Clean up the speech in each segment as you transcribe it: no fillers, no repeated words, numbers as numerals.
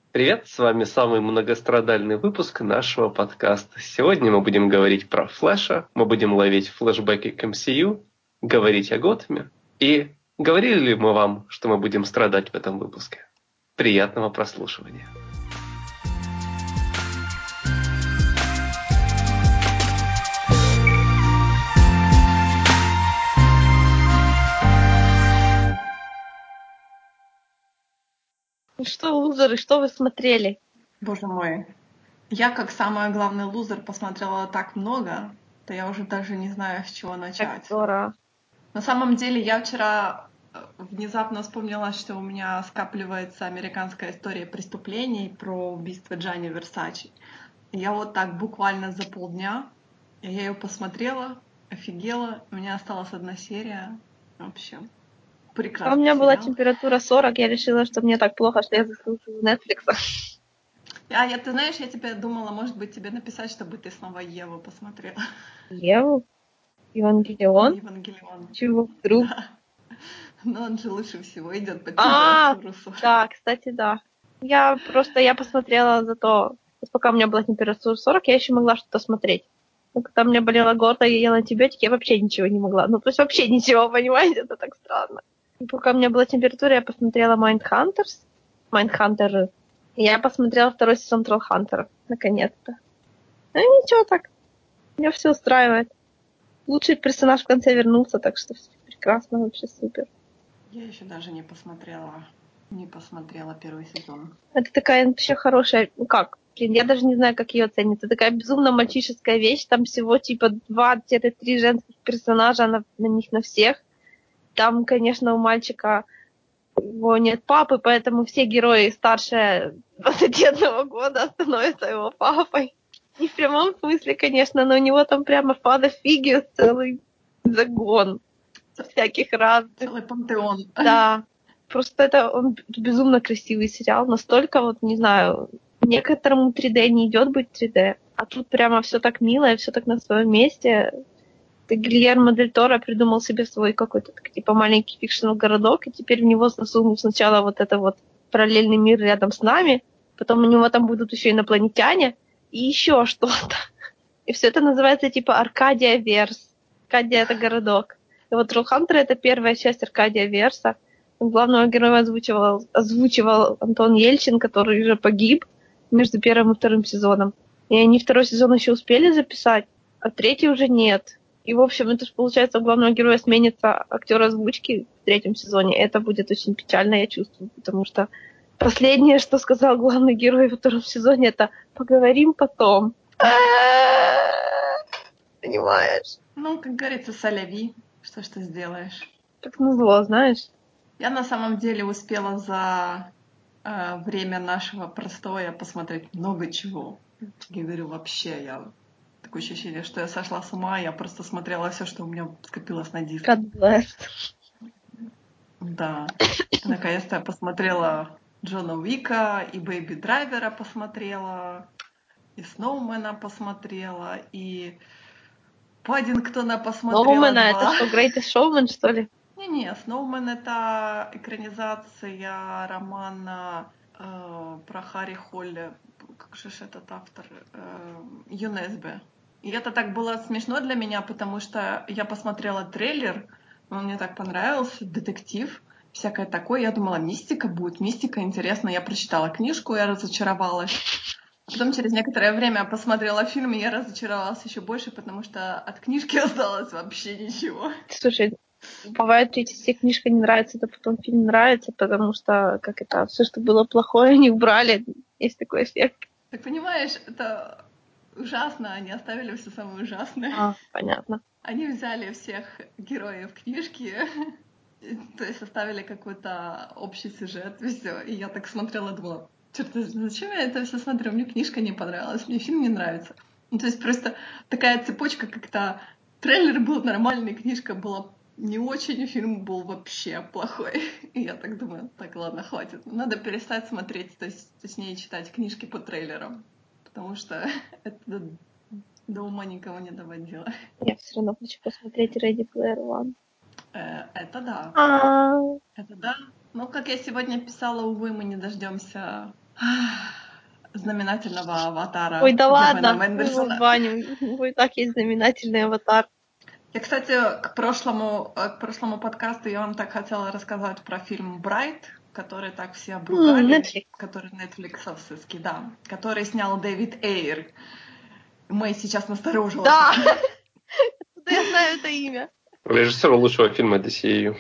Привет, с вами самый многострадальный выпуск нашего подкаста. Сегодня мы будем говорить про Флэша, мы будем ловить флешбеки к MCU, говорить о Готэме. И говорили ли мы вам, что мы будем страдать в этом выпуске? Приятного прослушивания. Ну что, лузеры, что вы смотрели? Боже мой. Я, как самый главный лузер, посмотрела так много, то я уже даже не знаю, с чего Так начать. здорово. На самом деле, я вчера внезапно вспомнила, что у меня скапливается американская история преступлений про убийство Джанни Версачи. Я вот так буквально за полдня, я ее посмотрела, офигела, у меня осталась одна серия. В общем, А у прекрасный меня была сериал. температура 40, я решила, что мне так плохо, что я заслушаю Netflix. Ты знаешь, я тебе думала, может быть, тебе написать, чтобы ты снова Еву посмотрела. Еву? Евангелион? Евангелион. Чего вдруг? Да. Но он же лучше всего идет под А, температуру. да, кстати, да. Я посмотрела зато, вот пока у меня была температура 40, я еще могла что-то смотреть. Но когда у меня болела гордо, я ела антибиотики, я вообще ничего не могла. Ну, то есть вообще ничего, понимаете? Это так странно. И пока у меня была температура, я посмотрела Mindhunters. И я посмотрела второй сезон Троллхантера. Наконец-то. Ну ничего так. Меня все устраивает. Лучший персонаж в конце вернулся, так что все прекрасно, вообще супер. Я еще даже не посмотрела первый сезон. Это такая вообще хорошая, ну как, блин, я даже не знаю, как ее оценить. Это такая безумно мальчишеская вещь, там всего типа 2-3 женских персонажа на них на всех. Там, конечно, у мальчика его нет папы, поэтому все герои старше 21 года становятся его папой. Не в прямом смысле, конечно, но у него там прямо father figure целый загон всяких разных. Целый пантеон. Да, просто это он безумно красивый сериал, настолько вот, не знаю, некоторому 3D не идет быть 3D, а тут прямо все так мило и все так на своем месте. Гильермо Дель Торо придумал себе свой какой-то типа маленький фикшнл городок, и теперь в него засунул сначала вот это вот параллельный мир рядом с нами, потом у него там будут еще инопланетяне и еще что-то. И все это называется типа Аркадия Верс. Аркадия — это городок. И вот Троллхантер — это первая часть Аркадия Верса. Главного героя озвучивал Антон Ельчин, который уже погиб между первым и вторым сезоном. И они второй сезон еще успели записать, а третий уже нет. И, в общем, это же, получается, у главного героя сменится актер озвучки в третьем сезоне. Это будет очень печально, я чувствую, потому что последнее, что сказал главный герой во втором сезоне, это «поговорим потом». Понимаешь? Ну, как говорится, соляви. Что ж ты сделаешь? Как назло, знаешь? Я на самом деле успела за время нашего простоя посмотреть много чего. Я говорю, вообще, я такое ощущение, что я сошла с ума, я просто смотрела все, что у меня скопилось на диске. God bless. Да. Наконец-то я посмотрела Джона Уика, и Бэйби Драйвера посмотрела, и Сноумена посмотрела, и Паддингтона посмотрела Сноумена — это 2. что, Greatest Showman, что ли? Не-не, Сноумен — это экранизация романа про Харри Холли. Как же ж этот автор? ЮНЕСБе. И это так было смешно для меня, потому что я посмотрела трейлер, он мне так понравился, детектив, всякое такое. Я думала, мистика будет, мистика интересно. Я прочитала книжку, я разочаровалась. А потом через некоторое время посмотрела фильм, и я разочаровалась еще больше, потому что от книжки осталось вообще ничего. Слушай, бывает, если книжка не нравится, то потом фильм нравится, потому что, как это, все, что было плохое, они убрали. Есть такой эффект. Так понимаешь, это ужасно, они оставили все самое ужасное. Понятно. Они взяли всех героев книжки, то есть составили какой-то общий сюжет, и все. И я так смотрела, думала, черт, зачем я это все смотрю? Мне книжка не понравилась, мне фильм не нравится. Ну, то есть просто такая цепочка, как-то трейлер был нормальный, книжка была не очень, фильм был вообще плохой. И я так думаю, так, ладно, хватит. Надо перестать смотреть, то есть, точнее, читать книжки по трейлерам, потому что это до ума никого не доводило. Я все равно хочу посмотреть Ready Player One. Это да. А, Это да. Но, как я сегодня писала, увы, мы не дождемся знаменательного аватара Ой, да Германа ладно, мы его в Мендельсона. баню. У него и так есть знаменательный аватар. Я, кстати, к прошлому подкасту я вам так хотела рассказать про фильм «Брайт», который так все обругали, Netflix. который нетфликсовский, да, который снял Дэвид Эйр. Мэй сейчас насторожилась. Да! Откуда я знаю это имя? Режиссер лучшего фильма DCU.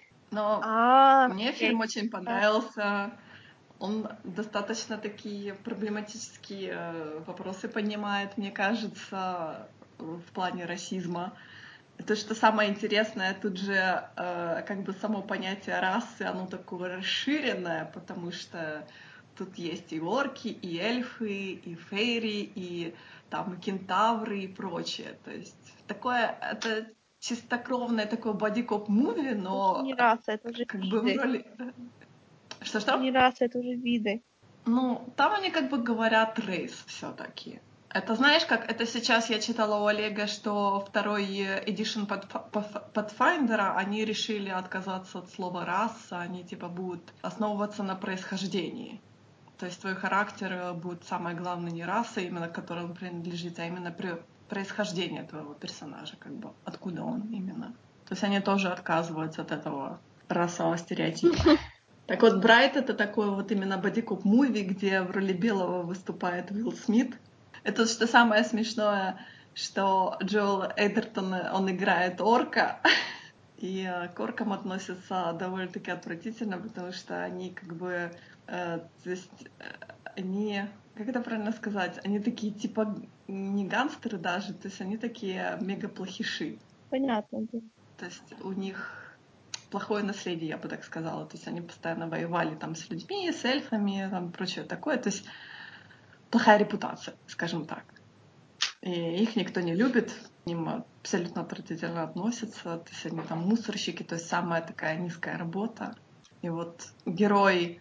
Но мне фильм очень понравился. Он достаточно такие проблематические вопросы поднимает, мне кажется, в плане расизма. То, что самое интересное, тут же как бы само понятие расы, оно такое расширенное, потому что тут есть и орки, и эльфы, и фейри, и там и кентавры и прочее. То есть такое, это чистокровное такое бодикоп-муви, но Это не раса, это уже как бы в виды. роли... Что-что? Не раса, это уже виды. Ну, там они как бы говорят рейс все-таки. Это знаешь, как это сейчас я читала у Олега, что второй эдишн Pathfinder, они решили отказаться от слова раса, они типа будут основываться на происхождении. То есть твой характер будет самое главное не раса, именно к которой он принадлежит, а именно происхождение твоего персонажа, как бы откуда он именно. То есть они тоже отказываются от этого расового стереотипа. Так вот, «Брайт» — это такой вот именно бодикоп-муви, где в роли белого выступает Уилл Смит. Это что самое смешное, что Джоэл Эдертон, он играет орка, и к оркам относятся довольно-таки отвратительно, потому что они как бы, то есть они, как это правильно сказать, они такие типа не гангстеры даже, то есть они такие мега-плохиши. Понятно. То есть у них плохое наследие, я бы так сказала. То есть они постоянно воевали там с людьми, с эльфами, там прочее такое. То есть плохая репутация, скажем так. И их никто не любит, к ним абсолютно отвратительно относятся. То есть они там мусорщики, то есть самая такая низкая работа. И вот герой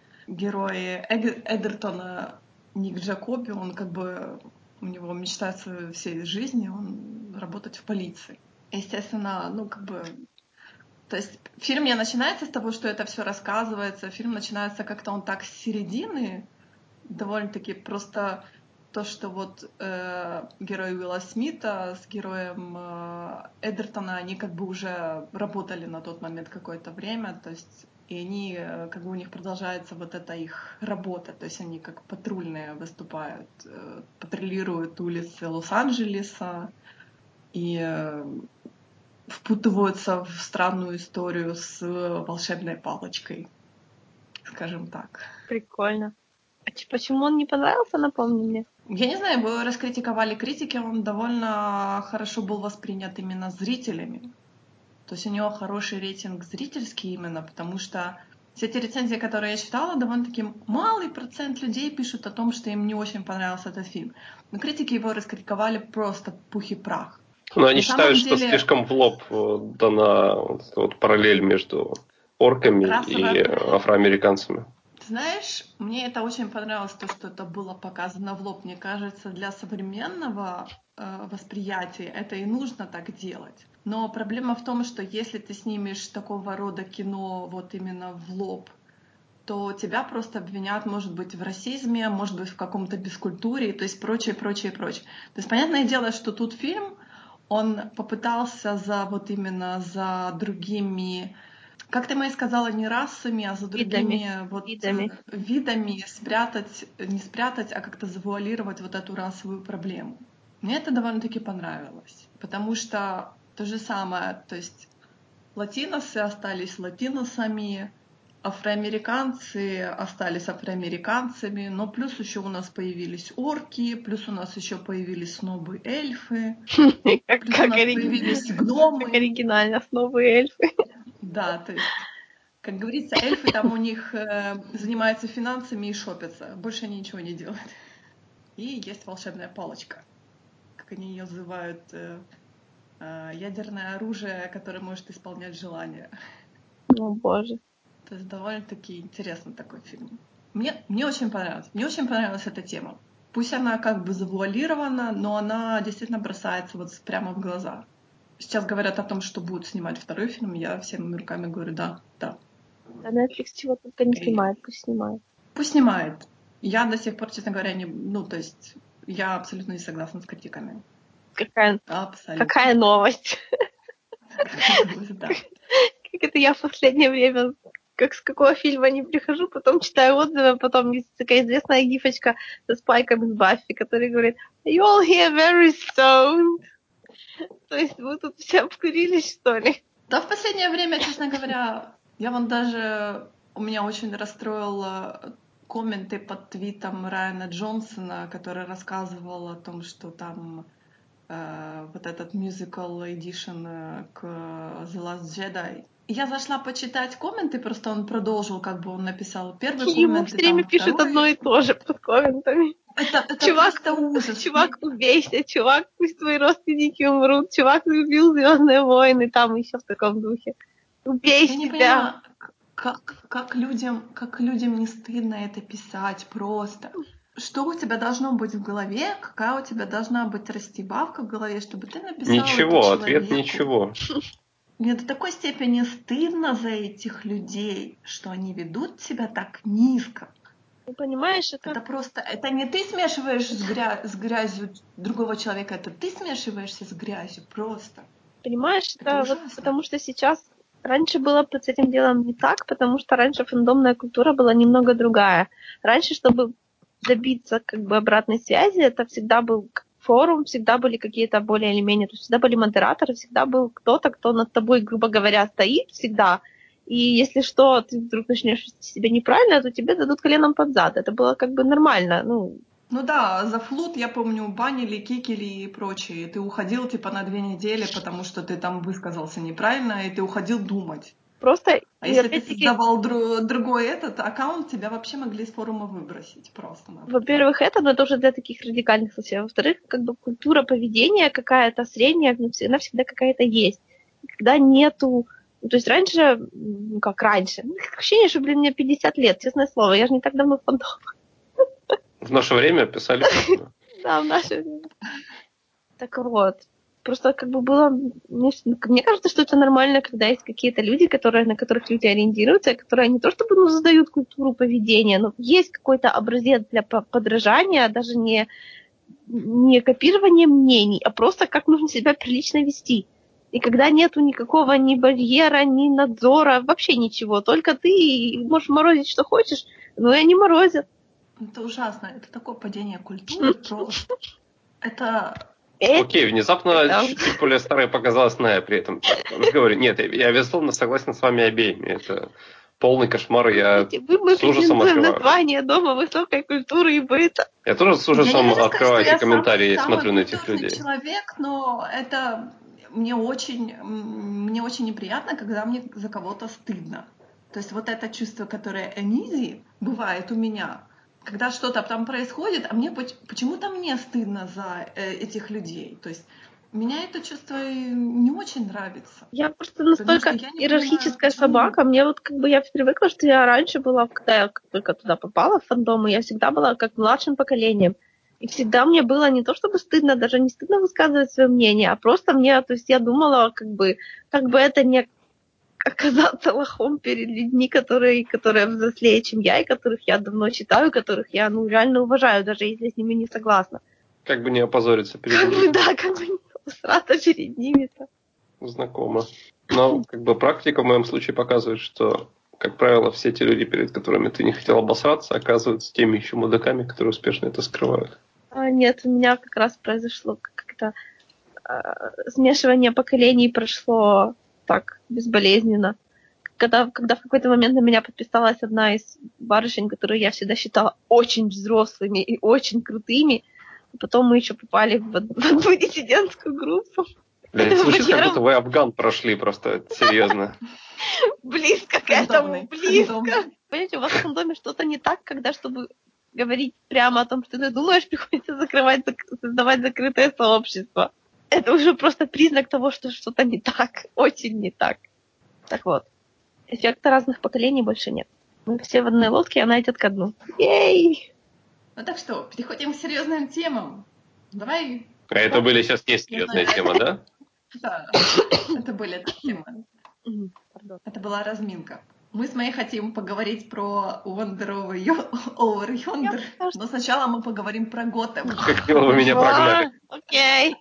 Эдертона Ник Джакоби, он как бы, у него мечта всей жизни, он работать в полиции. Естественно, ну как бы то есть фильм не начинается с того, что это все рассказывается, фильм начинается как-то он так с середины, довольно-таки просто то, что вот герой Уилла Смита с героем Эдертона, они как бы уже работали на тот момент какое-то время, то есть и они, как бы у них продолжается вот эта их работа, то есть они как патрульные выступают, патрулируют улицы Лос-Анджелеса и впутываются в странную историю с волшебной палочкой, скажем так. Прикольно. А почему он не понравился, напомни мне? Я не знаю, его раскритиковали критики, он довольно хорошо был воспринят именно зрителями. То есть у него хороший рейтинг зрительский именно, потому что все эти рецензии, которые я читала, довольно-таки малый процент людей пишут о том, что им не очень понравился этот фильм. Но критики его раскритиковали просто пух и прах. Но они На считают, самом что деле, слишком в лоб дана вот параллель между орками и расовая параллель. афроамериканцами. Знаешь, мне это очень понравилось, то, что это было показано в лоб. Мне кажется, для современного восприятия это и нужно так делать. Но проблема в том, что если ты снимешь такого рода кино вот именно в лоб, то тебя просто обвинят, может быть, в расизме, может быть, в каком-то бескультуре, то есть прочее, прочее, прочее. То есть понятное дело, что тут фильм, он попытался вот именно за другими, как ты, Мэй, сказала, не расами, а за другими видами спрятать, не спрятать, а как-то завуалировать вот эту расовую проблему. Мне это довольно-таки понравилось, потому что то же самое, то есть латиносы остались латиносами, афроамериканцы остались афроамериканцами, но плюс еще у нас появились орки, плюс у нас еще появились снобы-эльфы, плюс у нас появились гномы. Как оригинально, снобы эльфы. Да, то есть, как говорится, эльфы там у них занимаются финансами и шопятся, больше они ничего не делают. И есть волшебная палочка, как они ее называют, ядерное оружие, которое может исполнять желания. О, боже. То есть довольно-таки интересный такой фильм. Мне очень понравилось. Мне очень понравилась эта тема. Пусть она как бы завуалирована, но она действительно бросается вот прямо в глаза. Сейчас говорят о том, что будут снимать второй фильм. Я всеми руками говорю, да. Да, Netflix чего только не снимает, пусть снимает. Пусть снимает. Я до сих пор, честно говоря, то есть я абсолютно не согласна с критиками. Абсолютно. Какая новость. Да. Как это я в последнее время, как с какого фильма не прихожу, потом читаю отзывы, потом есть такая известная гифочка со Спайком из Баффи, который говорит "You all here very stoned". То есть вы тут все обкурились, что ли? Да, в последнее время, честно говоря, у меня очень расстроил комменты под твитом Райана Джонсона, который рассказывал о том, что там вот этот musical edition к The Last Jedi. Я зашла почитать комменты, просто он продолжил, он написал первый Ему коммент, все и там время пишут второй. одно и то же под комментами. Это Чувак, просто ужас. Чувак, убейся, чувак, пусть твои родственники умрут, чувак любил Звездные войны, там еще в таком духе. Убей Я не себя. понимаю, как людям не стыдно это писать просто. Что у тебя должно быть в голове, какая у тебя должна быть растебавка в голове, чтобы ты написал Ничего, это ответ человеку. ничего. Мне до такой степени стыдно за этих людей, что они ведут себя так низко. Ты понимаешь, Это просто, это не ты смешиваешь с грязью другого человека, это ты смешиваешься с грязью просто. Понимаешь, Это вот ужасно. потому что сейчас раньше было с этим делом не так, потому что раньше фандомная культура была немного другая. Раньше, чтобы добиться обратной связи, это всегда был форум, всегда были какие-то более или менее, то есть всегда были модераторы, всегда был кто-то, кто над тобой, грубо говоря, стоит всегда. И если что, ты вдруг начнешь вести себя неправильно, то тебе дадут коленом под зад. Это было нормально. Ну да, за флут, я помню, банили, кикили и прочее. Ты уходил на 2 недели, потому что ты там высказался неправильно, и ты уходил думать. Просто, А если ты создавал другой аккаунт, тебя вообще могли с форума выбросить просто. Во-первых, но это уже для таких радикальных случаев. Во-вторых, культура поведения какая-то средняя, она всегда какая-то есть. Когда нету... то есть раньше, как раньше, ощущение, что, мне 50 лет, честное слово, я же не так давно в фандомах. В наше время писали правильно. Да, в наше время. Так вот. Просто было... Мне кажется, что это нормально, когда есть какие-то люди, на которых люди ориентируются, которые не то чтобы задают культуру поведения, но есть какой-то образец для подражания, даже не копирование мнений, а просто как нужно себя прилично вести. И когда нету никакого ни барьера, ни надзора, вообще ничего, только ты можешь морозить, что хочешь, но и они морозят. Это ужасно. Это такое падение культуры просто. Это... Окей, внезапно чуть более старой показалась Ная при этом разговоре. Нет, я безусловно согласен с вами обеими. Это полный кошмар, я Мы с ужасом открываю. название Дома высокой культуры и быта. Я тоже с ужасом открываю эти комментарии и смотрю на этих культурный людей. Человек, но это мне очень неприятно, когда мне за кого-то стыдно. То есть вот это чувство, которое uneasy бывает у меня, когда что-то там происходит, а мне почему-то мне стыдно за этих людей. То есть меня это чувство не очень нравится. Я просто настолько иерархическая собака. Мне я привыкла, что я раньше была, когда я только туда попала, в фандом, я всегда была как младшим поколением. И всегда мне было не то чтобы стыдно, даже не стыдно высказывать свое мнение, а просто то есть я думала, как бы это не оказаться лохом перед людьми, которые взрослее, чем я, и которых я давно читаю, которых я реально уважаю, даже если с ними не согласна. Как бы не опозориться перед ними. Как бы не усраться перед ними-то. Знакомо. Но практика в моем случае показывает, что, как правило, все те люди, перед которыми ты не хотел обосраться, оказываются теми еще мудаками, которые успешно это скрывают. Нет, у меня как раз произошло смешивание поколений прошло так, безболезненно. Когда в какой-то момент на меня подписалась одна из барышень, которую я всегда считала очень взрослыми и очень крутыми, и потом мы еще попали в одну диссидентскую группу. Это звучит, как будто вы Афган прошли, просто серьезно. Близко к этому, близко. Понимаете, у вас в фандоме что-то не так, когда, чтобы говорить прямо о том, что ты думаешь, приходится создавать закрытое сообщество. Это уже просто признак того, что что-то не так, очень не так. Так вот, эффекта разных поколений больше нет. Мы все в одной лодке, и она идет ко дну. Ей! Ну так что, переходим к серьезным темам. Давай. А это были сейчас не серьезная тема, да? Да, это были темы. Это была разминка. Мы с Мэй хотим поговорить про Wonder Over Yonder, но сначала мы поговорим про Готэм. Как мило вы меня прогнали. Окей.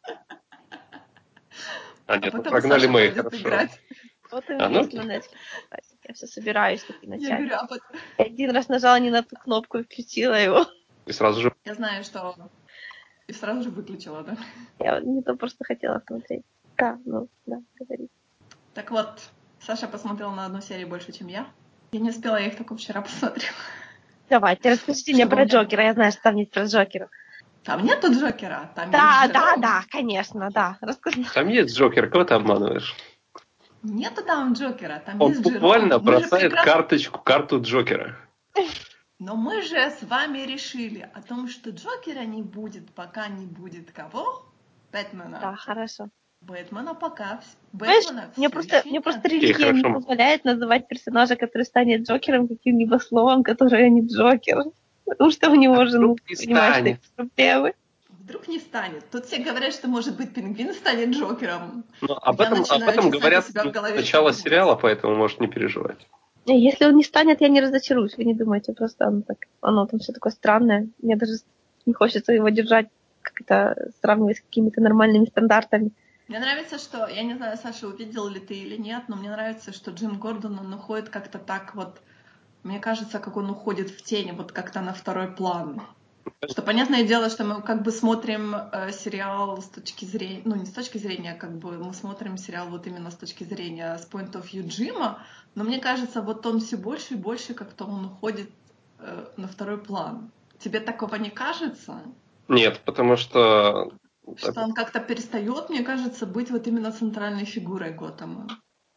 А нет, потом прогнали Саша Мэй, пойдет хорошо. играть. Вот и А, ну есть на Netflix. Я все собираюсь таки Я начать. говорю, Я один раз нажала не на ту кнопку и включила его. И сразу же... я знаю, что... И сразу же выключила, да? Я не то просто хотела смотреть. Да, говори. Так вот, Саша посмотрела на одну серию больше, чем я. Я не успела, я их только вчера посмотрела. Давайте, расскажите мне Чтобы про у меня- Джокера. Я знаю, что там нет про Джокера. Там нету Джокера, там Да, есть Джером. да, конечно, да. Расскажи. Там есть Джокер, кого ты обманываешь? Нету там Джокера, там Он есть буквально Джером. Мы же бросает прекрасно... карту Джокера. Но мы же с вами решили о том, что Джокера не будет, пока не будет кого? Бэтмена. Да, хорошо. Бэтмена пока... Знаешь, Бэтмена мне все еще мне просто нет. религия не хорошо. позволяет называть персонажа, который станет Джокером, каким-либо словом, которое не Джокер. Потому что у него же, вдруг не понимаешь, станет. такие проблемы. Вдруг не станет. Тут все говорят, что, может быть, пингвин станет Джокером. Но об Я этом начинаю чесать у говорят себя в с голове, начала что думать. сериала, поэтому можешь не переживать. Если он не станет, я не разочаруюсь. Вы не думайте, просто оно там все такое странное. Мне даже не хочется его держать, как-то сравнивать с какими-то нормальными стандартами. Мне нравится, что, я не знаю, Саша, увидел ли ты или нет, но мне нравится, что Джим Гордон, он уходит как-то так вот, мне кажется, как он уходит в тени, вот как-то на второй план. Что понятное дело, что мы как бы смотрим сериал с точки зрения, ну не с точки зрения, как бы мы смотрим сериал вот именно с точки зрения, с point of view Джима, но мне кажется, вот он все больше и больше как-то он уходит на второй план. Тебе такого не кажется? Нет, потому что... Что он как-то перестает, мне кажется, быть вот именно центральной фигурой Готэма.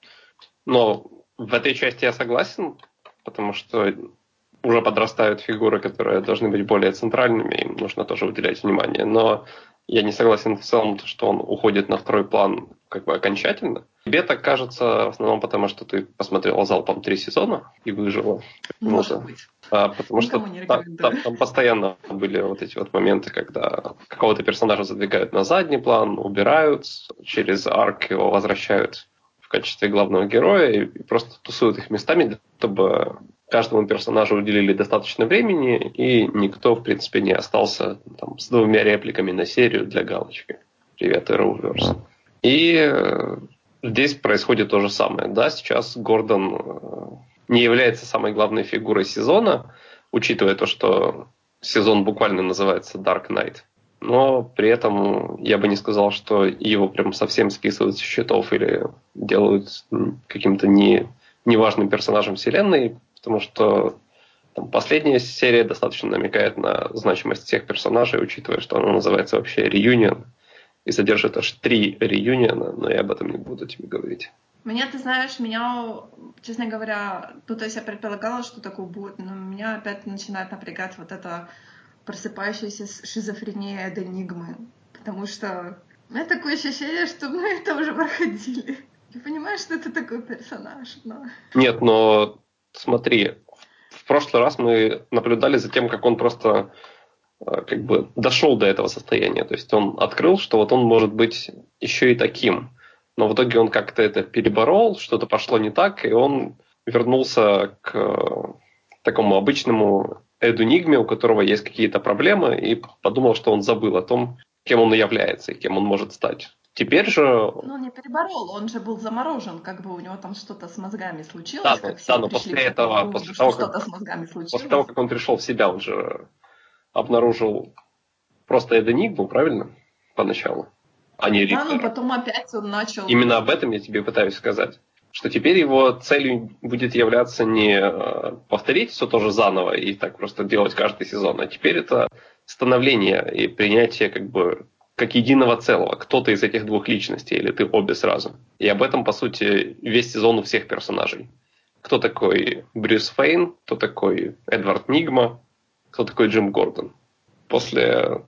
Но в этой части я согласен, потому что уже подрастают фигуры, которые должны быть более центральными, им нужно тоже уделять внимание. Но я не согласен в целом, что он уходит на второй план как бы окончательно. Тебе так кажется в основном потому, что ты посмотрела залпом 3 сезона и выжила. Может быть. Потому что Никому не рекомендую. там постоянно были вот эти вот моменты, когда какого-то персонажа задвигают на задний план, убирают, через арк его возвращают в качестве главного героя и просто тусуют их местами, чтобы каждому персонажу уделили достаточно времени, и никто, в принципе, не остался там, с 2 репликами на серию для галочки. Привет, Arrowverse. И здесь происходит то же самое. Да, сейчас Гордон не является самой главной фигурой сезона, учитывая то, что сезон буквально называется Dark Knight. Но при этом я бы не сказал, что его прям совсем списывают со счетов или делают каким-то неважным персонажем вселенной, потому что там, последняя серия достаточно намекает на значимость всех персонажей, учитывая, что она называется вообще «Реюнион», и содержит аж 3 реюниона, но я об этом не буду тебе говорить. Меня, ты знаешь, честно говоря, то есть я предполагала, что такое будет, но меня опять начинает напрягать вот эта просыпающаяся шизофрения Эд Энигмы, потому что у меня такое ощущение, что мы это уже проходили. Я понимаю, что это такой персонаж, но... Нет, но смотри, в прошлый раз мы наблюдали за тем, как он просто как бы дошел до этого состояния. То есть он открыл, что вот он может быть еще и таким. Но в итоге он как-то это переборол, что-то пошло не так, и он вернулся к такому обычному Эду Нигме, у которого есть какие-то проблемы, и подумал, что он забыл о том, кем он является и кем он может стать. Теперь же... Ну, он не переборол, он же был заморожен, как бы у него там что-то с мозгами случилось, как все но пришли после к такому этого, выводу, что что-то с мозгами после того, случилось. как он пришел в себя, он же обнаружил просто Эда Нигму, правильно? Поначалу. А не Да, но Риттера. потом опять он начал... Именно об этом я тебе пытаюсь сказать. Что теперь его целью будет являться не повторить все то же заново и так просто делать каждый сезон, а теперь это становление и принятие как бы как единого целого. Кто-то из этих двух личностей, или ты обе сразу. И об этом, по сути, весь сезон у всех персонажей. Кто такой Брюс Фейн, кто такой Эдвард Нигма, кто такой Джим Гордон. После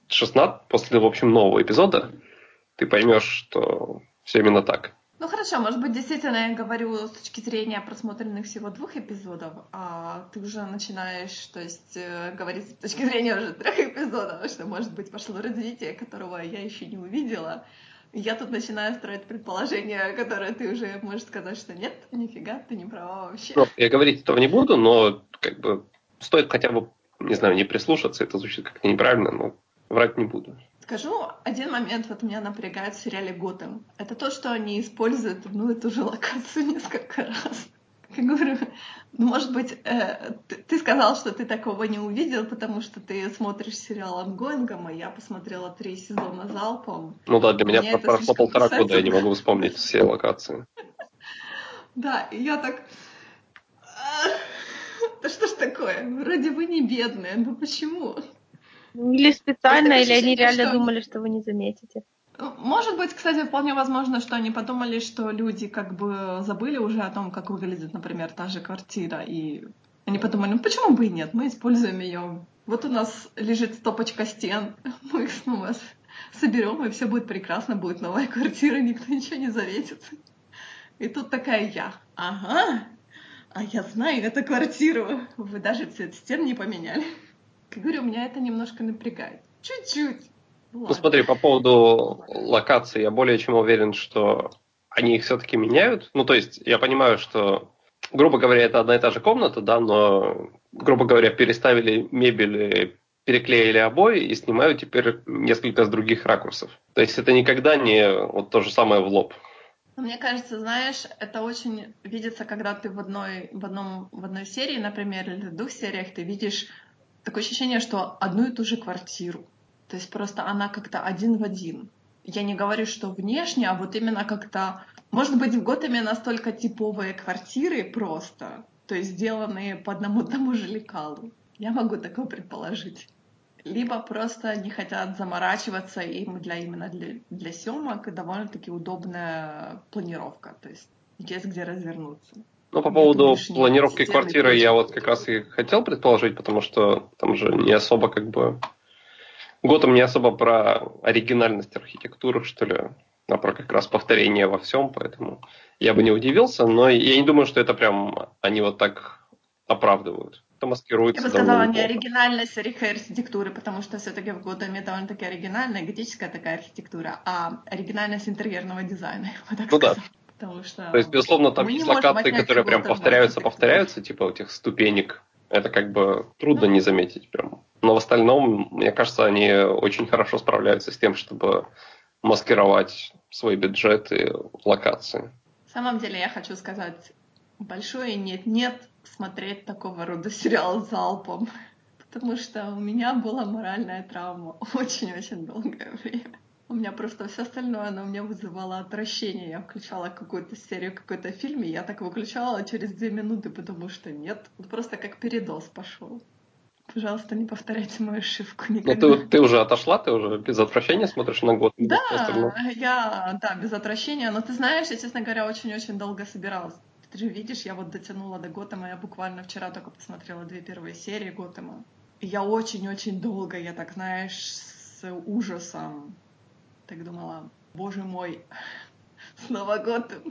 в общем, нового эпизода ты поймешь, что все именно так. Ну хорошо, может быть, действительно я говорю с точки зрения просмотренных всего 2 эпизодов, а ты уже начинаешь, то есть, говорить с точки зрения уже 3 эпизодов, что, может быть, пошло развитие, которого я еще не увидела. Я тут начинаю строить предположения, которые ты уже можешь сказать, что нет, нифига, ты не права вообще. Ну, я говорить этого не буду, но как бы стоит хотя бы, не знаю, не прислушаться, это звучит как-то неправильно, но врать не буду. Скажу, один момент вот меня напрягает в сериале «Готэм». Это то, что они используют одну и ту же локацию несколько раз. Как я говорю, ну, может быть, ты сказал, что ты такого не увидел, потому что ты смотришь сериал «Ангоингом», а я посмотрела 3 сезона залпом. Ну да, для меня Мне это прошло слишком 1,5 года, касается. я не могу вспомнить все локации. Да, и я так... Да что ж такое? Вроде вы не бедные, но почему? Или Просто специально, такое или они ощущение, реально что они... думали, что вы не заметите. Может быть, кстати, вполне возможно, что они подумали, что люди как бы забыли уже о том, как выглядит, например, та же квартира, и они подумали, ну почему бы и нет, мы используем ее. Вот у нас лежит стопочка стен, мы их снова соберем, и все будет прекрасно, будет новая квартира, никто ничего не заметит. И тут такая я, ага, а я знаю эту квартиру, вы даже цвет стен не поменяли. Как говорю, меня это немножко напрягает. Чуть-чуть. Ну Ладно. смотри, по поводу локаций, я более чем уверен, что они их все-таки меняют. Ну то есть я понимаю, что, грубо говоря, это одна и та же комната, да, но, грубо говоря, переставили мебель, переклеили обои и снимают теперь несколько с других ракурсов. То есть это никогда не вот то же самое в лоб. Мне кажется, знаешь, это очень видится, когда ты в одной серии, например, или в 2 сериях, ты видишь такое ощущение, что одну и ту же квартиру. То есть просто она как-то один в один. Я не говорю, что внешне, а вот именно как-то... Может быть, в Готэме настолько типовые квартиры просто, то есть сделанные по одному тому же лекалу. Я могу такое предположить. Либо просто не хотят заморачиваться, и им именно для съемок довольно-таки удобная планировка. То есть есть где развернуться. Ну, по Нету поводу лишних планировки стен и квартиры я прочего. вот как раз и хотел предположить, потому что там же не особо как бы... Готэм не особо про оригинальность архитектуры, что ли, а про как раз повторение во всем, поэтому я бы не удивился, но я не думаю, что это прям они вот так оправдывают. Это Я бы маскируется довольно сказала, не неплохо. оригинальность архитектуры, потому что все-таки в Готэме довольно-таки оригинальная, готическая такая архитектура, а оригинальность интерьерного дизайна, я бы так Ну да. сказала. Потому То есть, что безусловно, там мы не есть можем локации, отнять у которые прям Готэма повторяются, архитектуру. повторяются, типа у этих ступенек. Это как бы трудно Ну, не заметить прям. Но в остальном, мне кажется, они очень хорошо справляются с тем, чтобы маскировать свой бюджет и локации. на самом деле я хочу сказать большое нет-нет смотреть такого рода сериал залпом, потому что у меня была моральная травма очень-очень долгое время. У меня просто все остальное, оно у меня вызывало отвращение. Я включала какую-то серию, какой-то фильм, и я так выключала через 2 минуты, потому что нет, просто как передоз пошел. Пожалуйста, не повторяйте мою ошибку Но никогда. ты уже отошла, ты уже без отвращения смотришь на год и Да, все остальное. да, без отвращения. Но ты знаешь, я, честно говоря, очень-очень долго собиралась. Ты же видишь, я вот дотянула до Готэма. Я буквально вчера только посмотрела 2 первые серии Готэма. И я очень-очень долго, я так, знаешь, с ужасом так думала, боже мой, снова Готэм.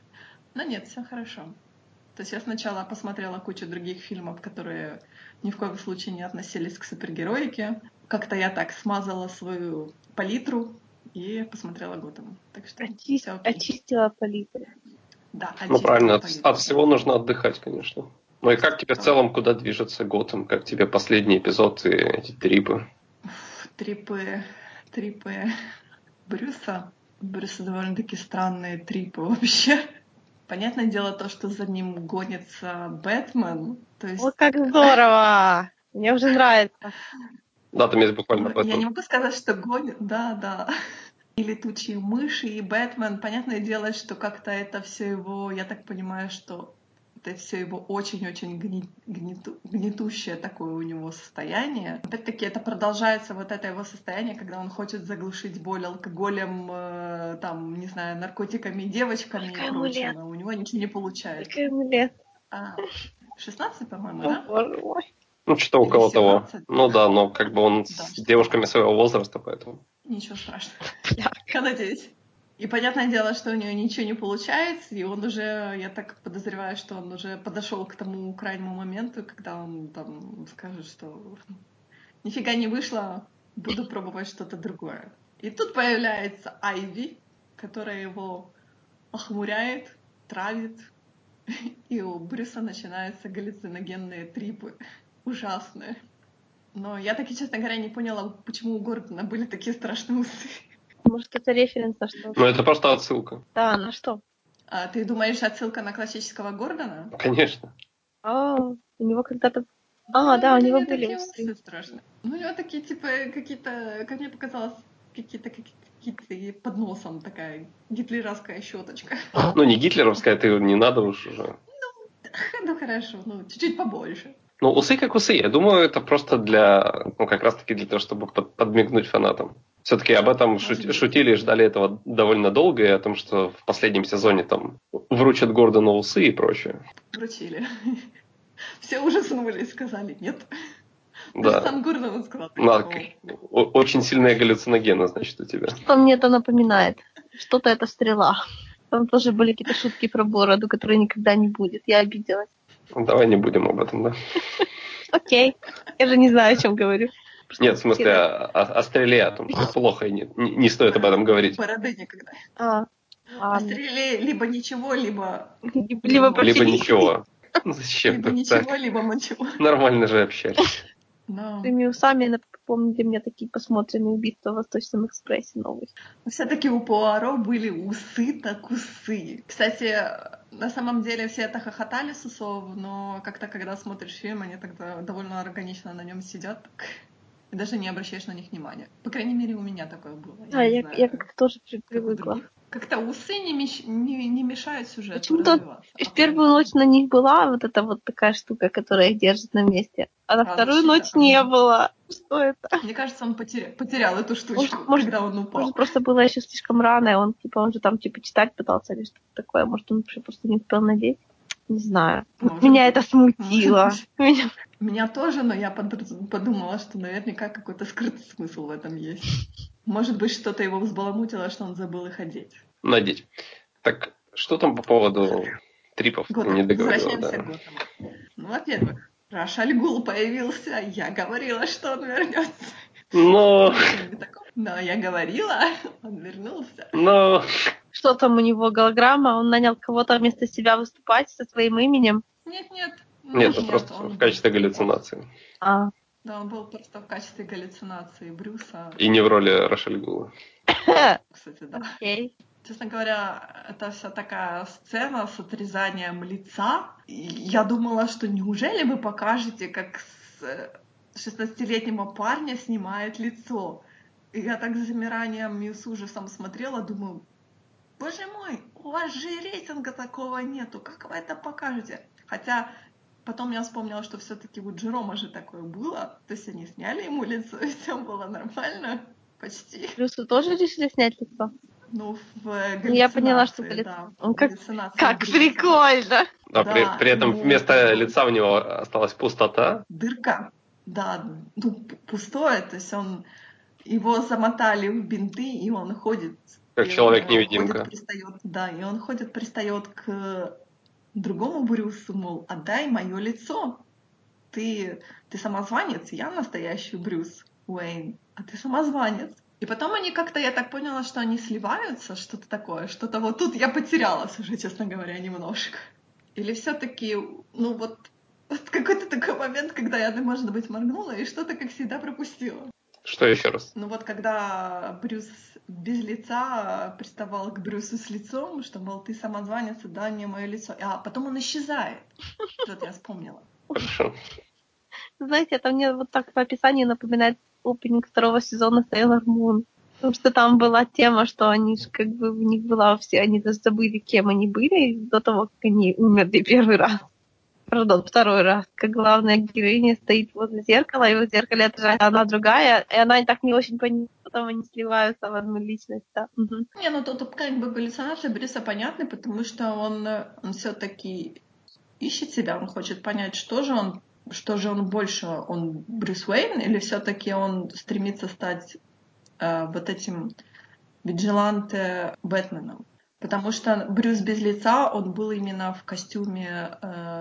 Но нет, все хорошо. То есть я сначала посмотрела кучу других фильмов, которые ни в коем случае не относились к супергероике. Как-то я так смазала свою палитру и посмотрела Готэм. Так что все окей. Очистила палитру. Да, Ну очистила правильно, от палитру, да. всего нужно отдыхать, конечно. Ну и как тебе в целом, куда движется Готэм? Как тебе последний эпизод и эти трипы? Трипы, трипы Брюса. У Брюса довольно-таки странные трипы вообще. Понятное дело то, что за ним гонится Бэтмен. То Вот есть как здорово! Мне уже нравится. Да, там есть буквально ну, я Бэтмен. не могу сказать, что гонит. Да, да. И летучие мыши, и Бэтмен. Понятное дело, что как-то это все его, я так понимаю, что это все его очень-очень гнетущее такое у него состояние. Опять-таки это продолжается вот это его состояние, когда он хочет заглушить боль алкоголем, там, не знаю, наркотиками, девочками и Сколько ему прочим, лет? а у него ничего не получается. Сколько ему лет? А, 16, по-моему, О, да? боже мой. Ну, что-то Или около того. 17? Ну да, но как бы он Да, с что-то в девушками этом. своего возраста, поэтому. Ничего страшного. Бля. Я надеюсь. И понятное дело, что у него ничего не получается, и он уже, я так подозреваю, что он уже подошел к тому крайнему моменту, когда он там скажет, что нифига не вышло, буду пробовать что-то другое. И тут появляется Айви, которая его охмуряет, травит, и у Брюса начинаются галлюциногенные трипы. Ужасные. Но я таки, честно говоря, не поняла, почему у Гордона были такие страшные усы. Может, это референс на что-то? Ну, это просто отсылка. Да, на что? А ты думаешь, отсылка на классического Гордона? Конечно. У него когда-то... Ну, да, у были него не были такие усы. усы страшные. Ну, у него такие, типа, какие-то, как мне показалось, какие-то под носом такая гитлеровская щеточка. Ну, не гитлеровская, ты не надо уж уже. Ну, хорошо, чуть-чуть побольше. Ну, усы как усы. Я думаю, это просто как раз-таки для того, чтобы подмигнуть фанатам. Все-таки об этом Может быть. шутили и ждали этого довольно долго, и о том, что в последнем сезоне там вручат Гордону усы и прочее. Вручили. Все ужаснулись, сказали нет. Даже Да. сам Гордон сказал. Очень сильные галлюциногены, значит, у тебя. Что мне это напоминает? Что-то это стрела. Там тоже были какие-то шутки про бороду, которые никогда не будет. Я обиделась. Давай не будем об этом, да? Окей. Я же не знаю, о чем говорю. Нет, в смысле, о стреле, о том, что плохо, и не стоит об этом говорить. Бороды никогда. Ладно. Постреле либо ничего, либо... Либо Либо пофигни. ничего. Ну, зачем Либо ты ничего, так? либо ничего. Нормально же общались. Но Своими усами напомнили мне такие посмотренные убийства в Восточном экспрессе новые. все-таки у Пуаро были усы так усы. Кстати, на самом деле все это хохотали с усов, но как-то когда смотришь фильм, они тогда довольно органично на нем сидят. Так, и даже не обращаешь на них внимания. По крайней мере, у меня такое было. Я знаю, как-то тоже как у привыкла. других. Как-то усы не мешают сюжету Почему-то развиваться. в первую ночь на них была вот эта вот такая штука, которая их держит на месте. А на вторую защита. ночь не было. Что это? Мне кажется, он потерял эту штучку, когда он упал. Может, просто было еще слишком рано, и он же там читать пытался или что-то такое. Может, он просто не успел надеть. Не знаю. Может Меня быть. это смутило. Меня тоже, но я подумала, что наверняка какой-то скрытый смысл в этом есть. Может быть, что-то его взбаламутило, что он забыл их одеть. Надеть. Так, что там по поводу трипов? Ты не договорила, Возвращаемся да. к Готэму. Ну, во-первых, Раш Аль Гул появился, я говорила, что он вернется. Но Я говорила, он вернулся. Что там у него, голограмма? Он нанял кого-то вместо себя выступать со своим именем? Нет, просто в качестве галлюцинации. Да, он был просто в качестве галлюцинации Брюса. И не в роли Рашель Гула. Кстати, да. Окей. Честно говоря, это вся такая сцена с отрезанием лица. И я думала, что неужели вы покажете, как с 16-летнего парня снимает лицо? И я так с замиранием и с ужасом смотрела, думаю, боже мой, у вас же рейтинга такого нету, как вы это покажете? Хотя потом я вспомнила, что все-таки у Джерома же такое было. То есть они сняли ему лицо, и все было нормально. Почти. Брюсу тоже решили снять лицо? В галлюцинации, Я поняла, что это да. Он как Брюса. прикольно! Да, Да, при этом вместо лица у него осталась пустота. Дырка. Да, пустое, то есть его замотали в бинты, и он ходит. Как человек-невидимка. И он ходит, пристает к другому Брюсу, мол, отдай мое лицо. Ты самозванец, я настоящий Брюс Уэйн, а ты самозванец. И потом они как-то, я так поняла, что они сливаются, что-то такое, что-то вот тут я потерялась уже, честно говоря, немножко. Или все-таки, вот какой-то такой момент, когда я, может быть, моргнула и что-то, как всегда, пропустила. Что еще раз? Когда Брюс без лица приставал к Брюсу с лицом, что, мол, ты самозванец, дай мне мое лицо. А потом он исчезает. Вот я вспомнила. Хорошо. Знаете, это мне вот так по описанию напоминает опенинг второго сезона Sailor Moon. Потому что там была тема, что они же как бы у них была все, они даже забыли, кем они были до того, как они умерли первый раз. Второй раз. Как главная героиня стоит возле зеркала, и в зеркале отражается одна другая, и она так не очень понимает, потом они сливаются в одну личность. Да. Угу. Тут как бы галлюцинация Брюса понятна, потому что он все-таки ищет себя, он хочет понять, что же он больше, он Брюс Уэйн, или все-таки он стремится стать вот этим Виджиланте Бэтменом. Потому что Брюс без лица, он был именно в костюме,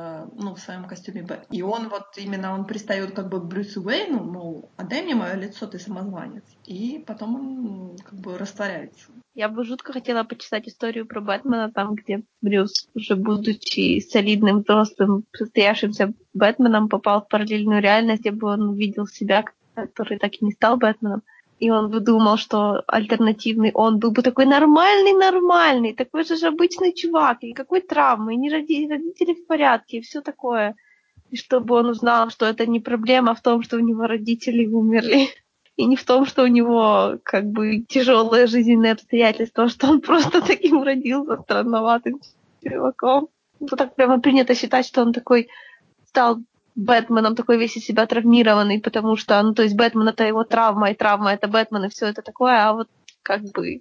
в своем костюме Бэтмена. И он он пристает как бы к Брюсу Уэйну, мол, отдай мне мое лицо, ты самозванец. И потом он как бы растворяется. Я бы жутко хотела почитать историю про Бэтмена, там, где Брюс, уже будучи солидным, взрослым, состоявшимся Бэтменом, попал в параллельную реальность, где бы он увидел себя, который так и не стал Бэтменом. И он бы думал, что альтернативный он был бы такой нормальный, такой же обычный чувак, и никакой травмы, и родители в порядке, и все такое. И чтобы он узнал, что это не проблема в том, что у него родители умерли, и не в том, что у него как бы тяжелые жизненные обстоятельства, что он просто таким родился странноватым чуваком. Вот так прямо принято считать, что он такой стал Бэтменом, такой весь из себя травмированный, потому что, то есть Бэтмен — это его травма, и травма — это Бэтмен, и все это такое, а вот как бы...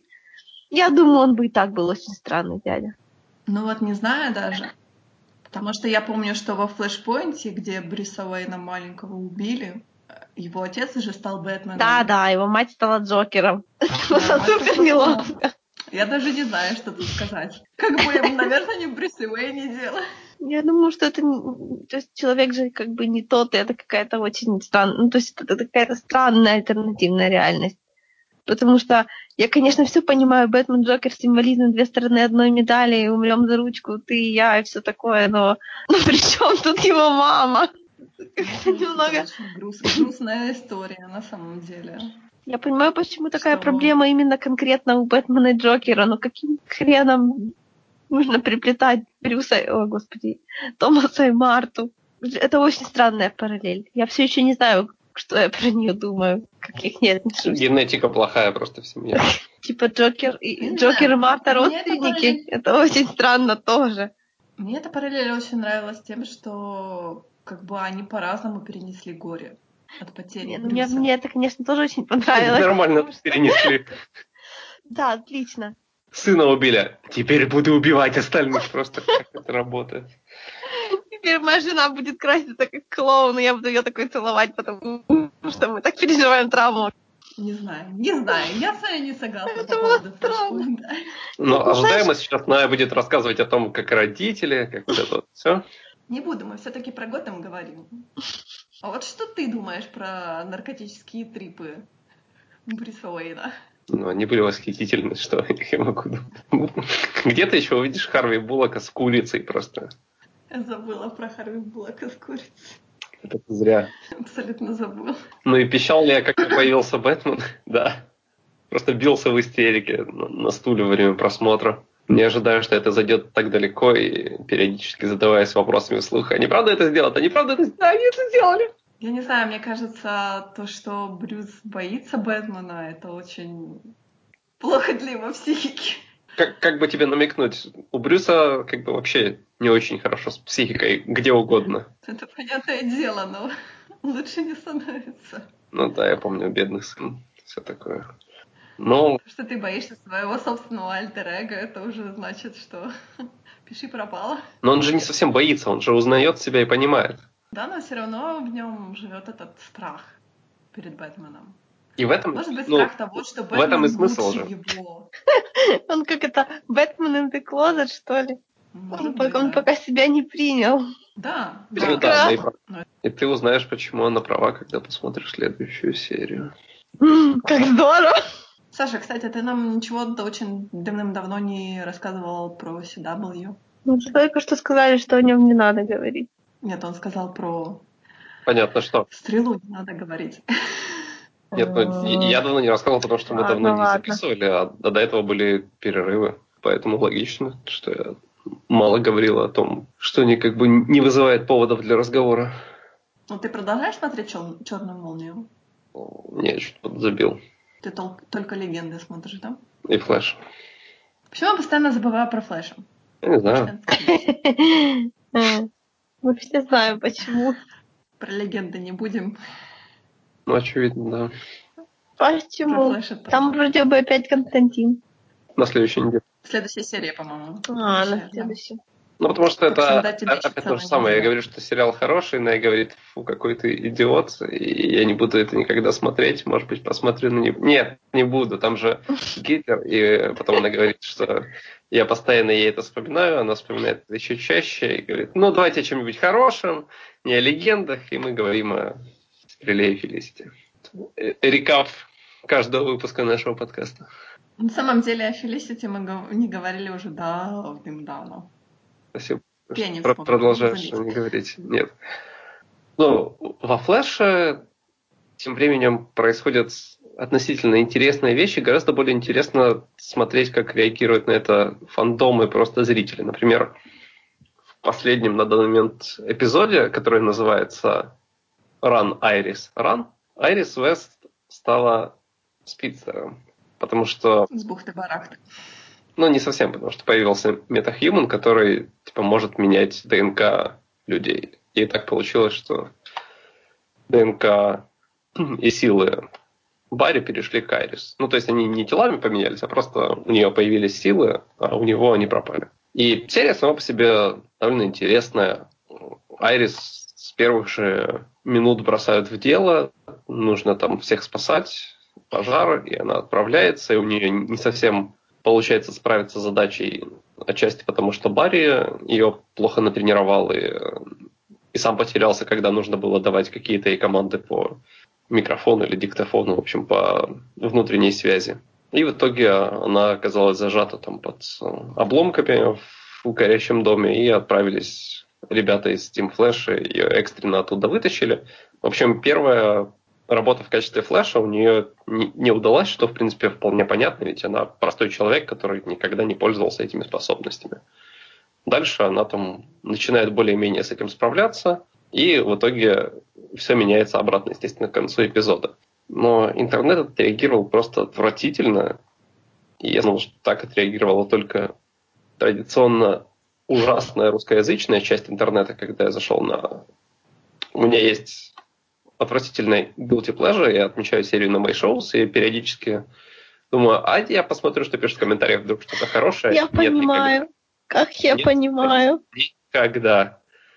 Я думаю, он бы и так был очень странный дядя. Ну вот не знаю даже. Потому что я помню, что во Флэшпоинте, где Брюса Уэйна маленького убили, его отец уже стал Бэтменом. Да, его мать стала Джокером. Да, Супер неловко. Я даже не знаю, что тут сказать. Как бы, наверное, не в Брюсе Уэйне дело. Я думаю, что это... То есть человек же как бы не тот, и это какая-то очень странная... то есть это какая-то странная альтернативная реальность. Потому что я, конечно, все понимаю, Бэтмен, Джокер, символизм, две стороны одной медали, умрем за ручку, ты и я, и все такое, но при чем тут его мама? Немного... Это очень грустная история на самом деле. Я понимаю, почему такая проблема именно конкретно у Бэтмена и Джокера, но каким хреном нужно приплетать Брюса, Томаса и Марту? Это очень странная параллель. Я все еще не знаю, что я про нее думаю, как их не отношусь. Генетика плохая просто в семье. Типа Джокер и Марта родственники. Это очень странно тоже. Мне эта параллель очень нравилась тем, что как бы они по-разному перенесли горе от потери Брюса. Мне это, конечно, тоже очень понравилось. Нормально перенесли. Да, отлично. Сына убили. Теперь буду убивать остальных. Просто как это работает. Теперь моя жена будет краситься как клоун, и я буду ее такой целовать, потому что мы так переживаем травму. Не знаю. Я с вами не согласна по поводу Флэшпоинта. Но ожидаемо сейчас Ная будет рассказывать о том, как родители, как вот это вот все. Не буду, мы все-таки про Готэм говорим. А вот что ты думаешь про наркотические трипы Брюса Уэйна? Ну, они были восхитительны, что я могу думать. Где ты еще увидишь Харви Буллока с курицей просто? Я забыла про Харви Буллока с курицей. Это зря. Абсолютно забыла. Ну и пищал ли я, как появился Бэтмен? Да. Просто бился в истерике на стуле во время просмотра. Не ожидаю, что это зайдет так далеко, и периодически задаваясь вопросами вслух, они правда это сделают? Они правда это сделали? Они это сделали? Я не знаю, мне кажется, то, что Брюс боится Бэтмена, это очень плохо для его психики. Как бы тебе намекнуть? У Брюса как бы вообще не очень хорошо с психикой, где угодно. Это понятное дело, но лучше не становится. Ну да, я помню, бедный сын, все такое. Но... Что ты боишься своего собственного альтер-эго, это уже значит, что пиши пропало. Но он же не совсем боится, он же узнает себя и понимает. Да, но все равно в нем живет этот страх перед Бэтменом. И в этом, может быть, страх того, что Бэтмен в этом и смысл лучше же. его. Он как это, Бэтмен in the closet, что ли? Он пока себя не принял. Да. И ты узнаешь, почему она права, когда посмотришь следующую серию. Как здорово! Саша, кстати, ты нам ничего очень давным-давно не рассказывал про CW. Ну, только что сказали, что о нем не надо говорить. Нет, он сказал про... Понятно, что. Стрелу не надо говорить. Нет, я давно не рассказывал, потому что мы давно не записывали, а до этого были перерывы. Поэтому логично, что я мало говорил о том, что они как бы не вызывает поводов для разговора. Ну, ты продолжаешь смотреть «Черную молнию»? Не, чуть подзабил. Ты только «Легенды» смотришь, да? И «Флэш». Почему я постоянно забываю про «Флэша»? Я не знаю. Мы все знаем, почему. Про «Легенды» не будем. Ну, очевидно, да. Почему? Там вроде бы опять Константин. На следующей неделе. Следующая серия, по-моему. На следующей. Ну, потому что это опять то же самое. Я говорю, что сериал хороший, но я говорит, фу, какой ты идиот, и я не буду это никогда смотреть. Может быть, посмотрю, но не... Нет, не буду. Там же Гитлер, и потом она говорит, что Я постоянно ей это вспоминаю, она вспоминает это еще чаще и говорит, ну, давайте о чем-нибудь хорошем, не о легендах, и мы говорим о Стреле и Фелисите. Рекап каждого выпуска нашего подкаста. На самом деле о Фелисити мы не говорили уже давным-давно. Спасибо. Я не Продолжаешь заметь. не говорить. Нет. Ну, во Флэше тем временем происходят относительно интересные вещи. Гораздо более интересно смотреть, как реагируют на это фандомы и просто зрители. Например, в последнем на данный момент эпизоде, который называется Run Iris. Run Iris West стала спидстером. Потому что... С бухты-барахты. Ну, не совсем, потому что появился MetaHuman, который типа может менять ДНК людей. И так получилось, что ДНК и силы Барри перешли к Айрис. Ну, то есть они не телами поменялись, а просто у нее появились силы, а у него они пропали. И серия сама по себе довольно интересная. Айрис с первых же минут бросают в дело. Нужно там всех спасать, пожар, и она отправляется, и у нее не совсем получается справиться с задачей, отчасти потому, что Барри ее плохо натренировал и сам потерялся, когда нужно было давать какие-то ей команды по микрофону или диктофону, в общем, по внутренней связи. И в итоге она оказалась зажата там под обломками в горящем доме, и отправились ребята из Team Flash, ее экстренно оттуда вытащили. В общем, первая работа в качестве Флэша у нее не удалась, что, в принципе, вполне понятно, ведь она простой человек, который никогда не пользовался этими способностями. Дальше она там начинает более-менее с этим справляться, и в итоге все меняется обратно, естественно, к концу эпизода. Но интернет отреагировал просто отвратительно, и я думал, что так отреагировала только традиционно ужасная русскоязычная часть интернета, когда я зашел на... У меня есть отвратительный guilty pleasure, я отмечаю серию на MyShows, и периодически думаю, а я посмотрю, что пишут в комментариях, вдруг что-то хорошее. Я понимаю. Как я понимаю. Никогда.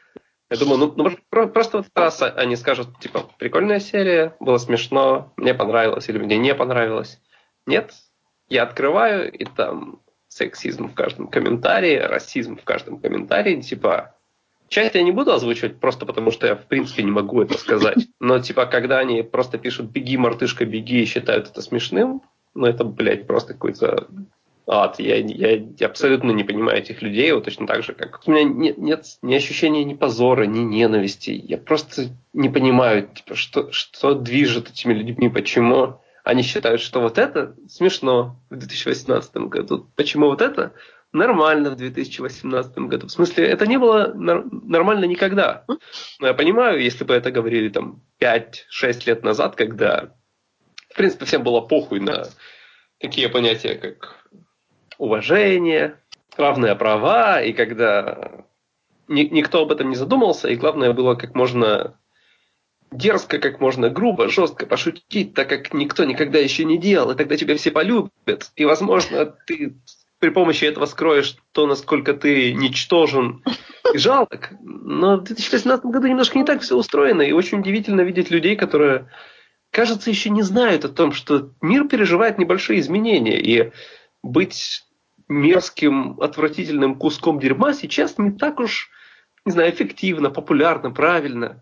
Я думаю, может, просто вот раз они скажут, типа, прикольная серия, было смешно, мне понравилось или мне не понравилось. Нет, я открываю, и там сексизм в каждом комментарии, расизм в каждом комментарии, типа, часть я не буду озвучивать, просто потому что я, в принципе, не могу это сказать. Но, типа, когда они просто пишут «беги, мартышка, беги» и считают это смешным, ну, это, блядь, просто какой-то ад. Я абсолютно не понимаю этих людей, вот точно так же, как у меня нет ни ощущения ни позора, ни ненависти. Я просто не понимаю, типа, что движет этими людьми, почему они считают, что вот это смешно в 2018 году, почему вот это нормально в 2018 году. В смысле, это не было нормально никогда. Но я понимаю, если бы это говорили там 5-6 лет назад, когда, в принципе, всем было похуй на такие понятия, как уважение, равные права, и когда никто об этом не задумался, и главное было как можно дерзко, как можно грубо, жестко пошутить, так как никто никогда еще не делал, и тогда тебя все полюбят, и, возможно, ты при помощи этого скроешь то, насколько ты ничтожен и жалок. Но в 2018 году немножко не так все устроено, и очень удивительно видеть людей, которые, кажется, еще не знают о том, что мир переживает небольшие изменения, и быть мерзким, отвратительным куском дерьма сейчас не так уж, не знаю, эффективно, популярно, правильно.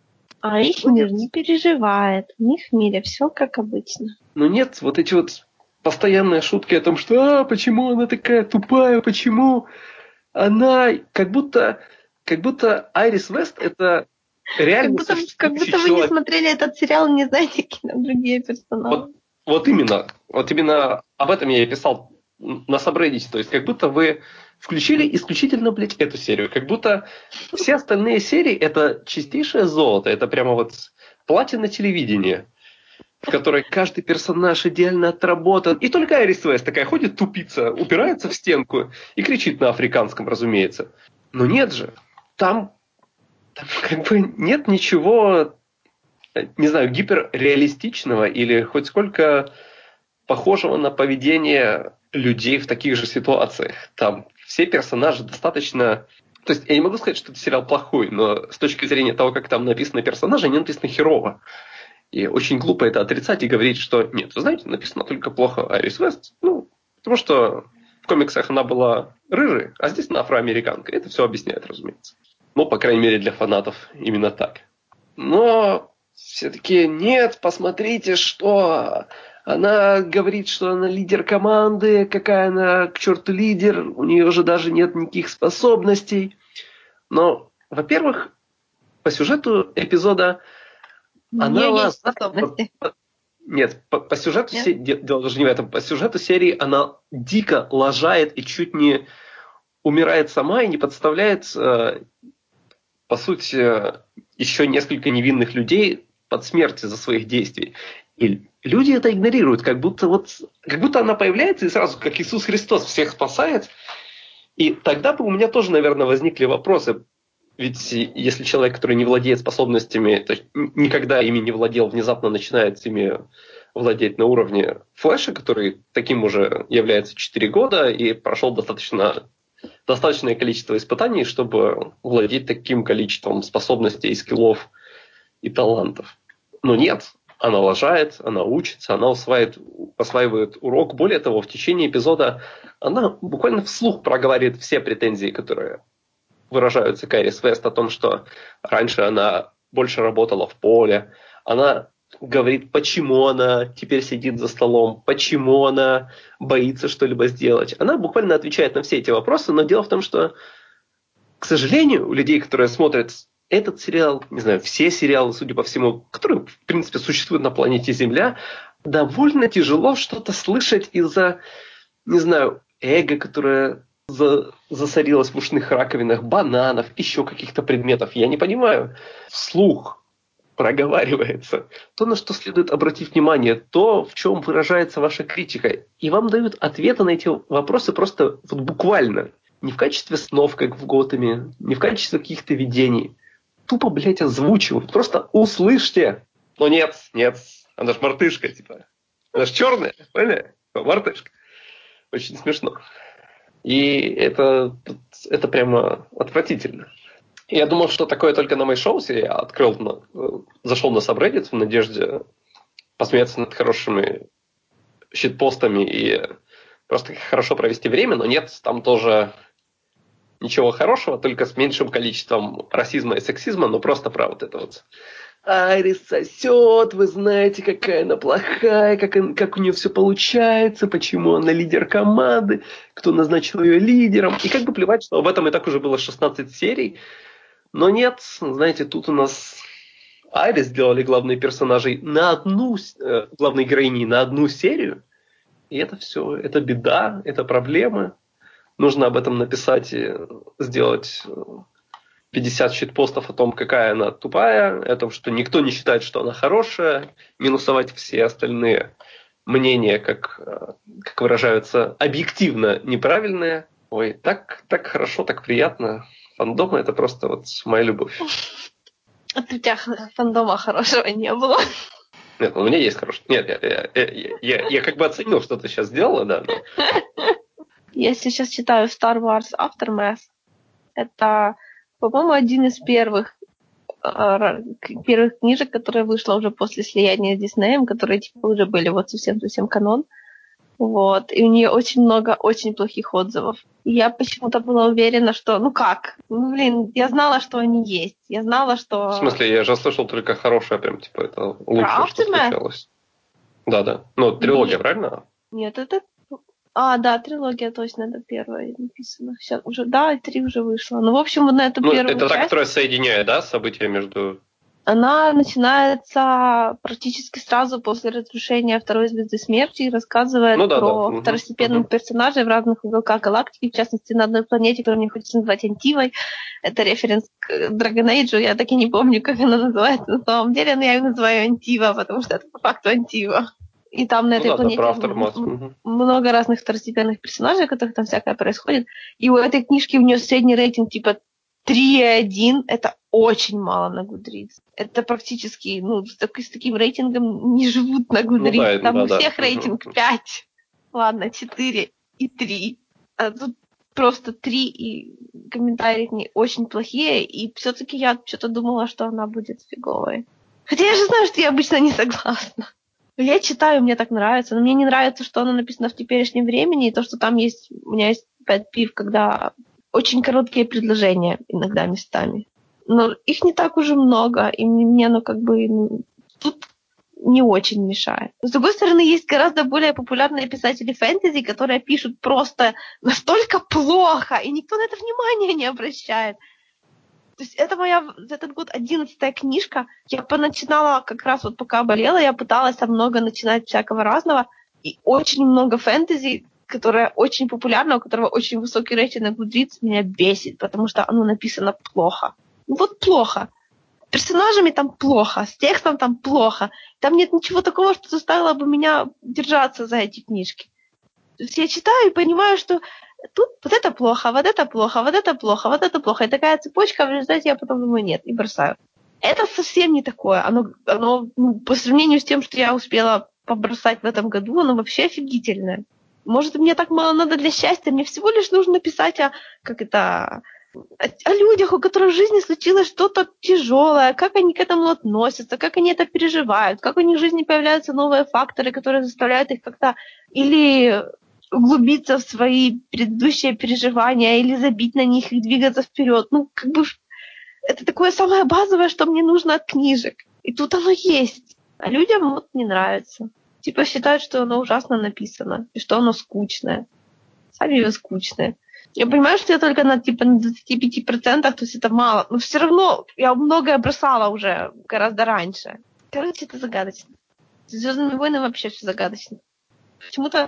А их мир не переживает. В их мире все как обычно. Но нет, вот эти вот постоянные шутки о том, что почему она такая тупая, почему она... Как будто Айрис Вест это реально как будто вы не смотрели этот сериал, не знаете, какие там другие персонажи. Вот именно об этом я и писал на сабреддите. То есть как будто вы включили исключительно, блядь, эту серию. Как будто все остальные серии это чистейшее золото. Это прямо вот платина телевидения, в которой каждый персонаж идеально отработан. И только Айрис Вест такая ходит тупица, упирается в стенку и кричит на африканском, разумеется. Но нет же. Там как бы нет ничего, не знаю, гиперреалистичного или хоть сколько похожего на поведение людей в таких же ситуациях. Там все персонажи достаточно... То есть я не могу сказать, что это сериал плохой, но с точки зрения того, как там написаны персонажи, они написаны херово. И очень глупо это отрицать и говорить, что нет, вы знаете, написано только плохо Айрис Вест. Ну, потому что В комиксах она была рыжей, а здесь она афроамериканка. Это все объясняет, разумеется. Ну, по крайней мере, для фанатов именно так. Но все-таки нет, посмотрите, что она говорит, что она лидер команды, какая она к черту лидер, у нее же даже нет никаких способностей. Но, во-первых, по сюжету эпизода У она нее есть способности. Нет, по сюжету Нет? дело даже не в этом. По сюжету серии она дико лажает и чуть не умирает сама и не подставляет, по сути, еще несколько невинных людей под смерть из-за своих действий. И люди это игнорируют, как будто она появляется и сразу, как Иисус Христос, всех спасает. И тогда бы у меня тоже, наверное, возникли вопросы. Ведь если человек, который не владеет способностями, то есть никогда ими не владел, внезапно начинает ими владеть на уровне Флэша, который таким уже является 4 года и прошел достаточное количество испытаний, чтобы владеть таким количеством способностей и скиллов и талантов. Но нет, она лажает, она учится, она осваивает урок. Более того, в течение эпизода она буквально вслух проговаривает все претензии, которые выражаются Кэрис Вест о том, что раньше она больше работала в поле. Она говорит, почему она теперь сидит за столом, почему она боится что-либо сделать. Она буквально отвечает на все эти вопросы, но дело в том, что, к сожалению, у людей, которые смотрят этот сериал, не знаю, все сериалы, судя по всему, которые, в принципе, существуют на планете Земля, довольно тяжело что-то слышать из-за, не знаю, эго, которое засорилось в ушных раковинах, бананов, еще каких-то предметов. Я не понимаю. Вслух проговаривается то, на что следует обратить внимание, то, в чем выражается ваша критика. И вам дают ответы на эти вопросы просто вот буквально. Не в качестве снов, как в Готэме, не в качестве каких-то видений. Тупо, блядь, озвучивают. Просто услышьте. Но нет, она ж мартышка, типа. Она ж черная, поняли? Мартышка. Очень смешно. И это прямо отвратительно. Я думал, что такое только на MyShows. Я зашел на subreddit в надежде посмеяться над хорошими щитпостами и просто хорошо провести время, но нет, там тоже ничего хорошего, только с меньшим количеством расизма и сексизма, но просто про вот это вот. Айрис сосет, вы знаете, какая она плохая, как у нее все получается, почему она лидер команды, кто назначил ее лидером. И как бы плевать, что об этом и так уже было 16 серий. Но нет, знаете, тут у нас Айрис сделали главные персонажи главной героиней на одну серию. И это все, это беда, это проблемы. Нужно об этом написать и сделать 50 щитпостов о том, какая она тупая, о том, что никто не считает, что она хорошая, минусовать все остальные мнения, как выражаются, объективно неправильные. Ой, так хорошо, так приятно. Фандом — это просто вот моя любовь. А у тебя фандома хорошего не было? Нет, у меня есть хороший. Нет, я как бы оценил, что ты сейчас сделала, да. Но... Я сейчас читаю Star Wars Aftermath. Это, по-моему, один из первых книжек, которая вышла уже после слияния с Диснеем, которые типа уже были вот совсем канон. Вот. И у нее очень много очень плохих отзывов. И я почему-то была уверена, что я знала, что они есть. Я знала, что... В смысле, я же слышал только хорошее, прям типа это лучшее, что случалось. Да. Ну, трилогия, правильно? Нет, это... да, трилогия точно, это первая написана. Сейчас уже, да, 3 уже вышло. Ну, в общем, вот на эту первую это часть... та, которая соединяет, да, события между... Она начинается практически сразу после разрушения второй звезды смерти и рассказывает про второстепенных персонажей в разных уголках галактики, в частности, на одной планете, которую мне хочется назвать Антивой. Это референс к Dragon Age, я так и не помню, как она называется на самом деле, но я ее называю Антива, потому что это по факту Антива. И там на этой планете много разных второстепенных персонажей, у которых там всякое происходит. И у этой книжки у нее средний рейтинг типа 3,1, это очень мало на Goodreads. Это практически, с таким рейтингом не живут на Goodreads. Там у всех рейтинг 5. Ладно, 4 и 3. А тут просто 3, и комментарии к ней очень плохие, и все-таки я что-то думала, что она будет фиговой. Хотя я же знаю, что я обычно не согласна. Я читаю, мне так нравится, но мне не нравится, что оно написано в теперешнем времени, и то, что там есть, у меня есть pet peeve, когда очень короткие предложения иногда местами. Но их не так уже много, и мне оно как бы тут не очень мешает. С другой стороны, есть гораздо более популярные писатели фэнтези, которые пишут просто настолько плохо, и никто на это внимания не обращает. То есть это моя за этот год 11-я книжка. Я поначинала как раз вот пока болела, я пыталась много начинать всякого разного. И очень много фэнтези, которое очень популярно, у которого очень высокий рейтинг на Goodreads, меня бесит, потому что оно написано плохо. Ну вот плохо. Персонажами там плохо, с текстом там плохо. Там нет ничего такого, что заставило бы меня держаться за эти книжки. То есть я читаю и понимаю, что тут вот это плохо, вот это плохо, вот это плохо, вот это плохо. И такая цепочка, в результате я потом думаю, нет, и бросаю. Это совсем не такое. Оно по сравнению с тем, что я успела побросать в этом году, оно вообще офигительное. Может, мне так мало надо для счастья? Мне всего лишь нужно писать о людях, у которых в жизни случилось что-то тяжелое, как они к этому относятся, как они это переживают, как у них в жизни появляются новые факторы, которые заставляют их как-то или углубиться в свои предыдущие переживания, или забить на них и двигаться вперед. Ну, как бы это такое самое базовое, что мне нужно от книжек. И тут оно есть. А людям вот не нравится. Типа считают, что оно ужасно написано, и что оно скучное. Сами вы скучные. Я понимаю, что я только на 25%, то есть это мало, но все равно я многое бросала уже гораздо раньше. Короче, это загадочно. С «Звездными войнами» вообще все загадочно. Почему-то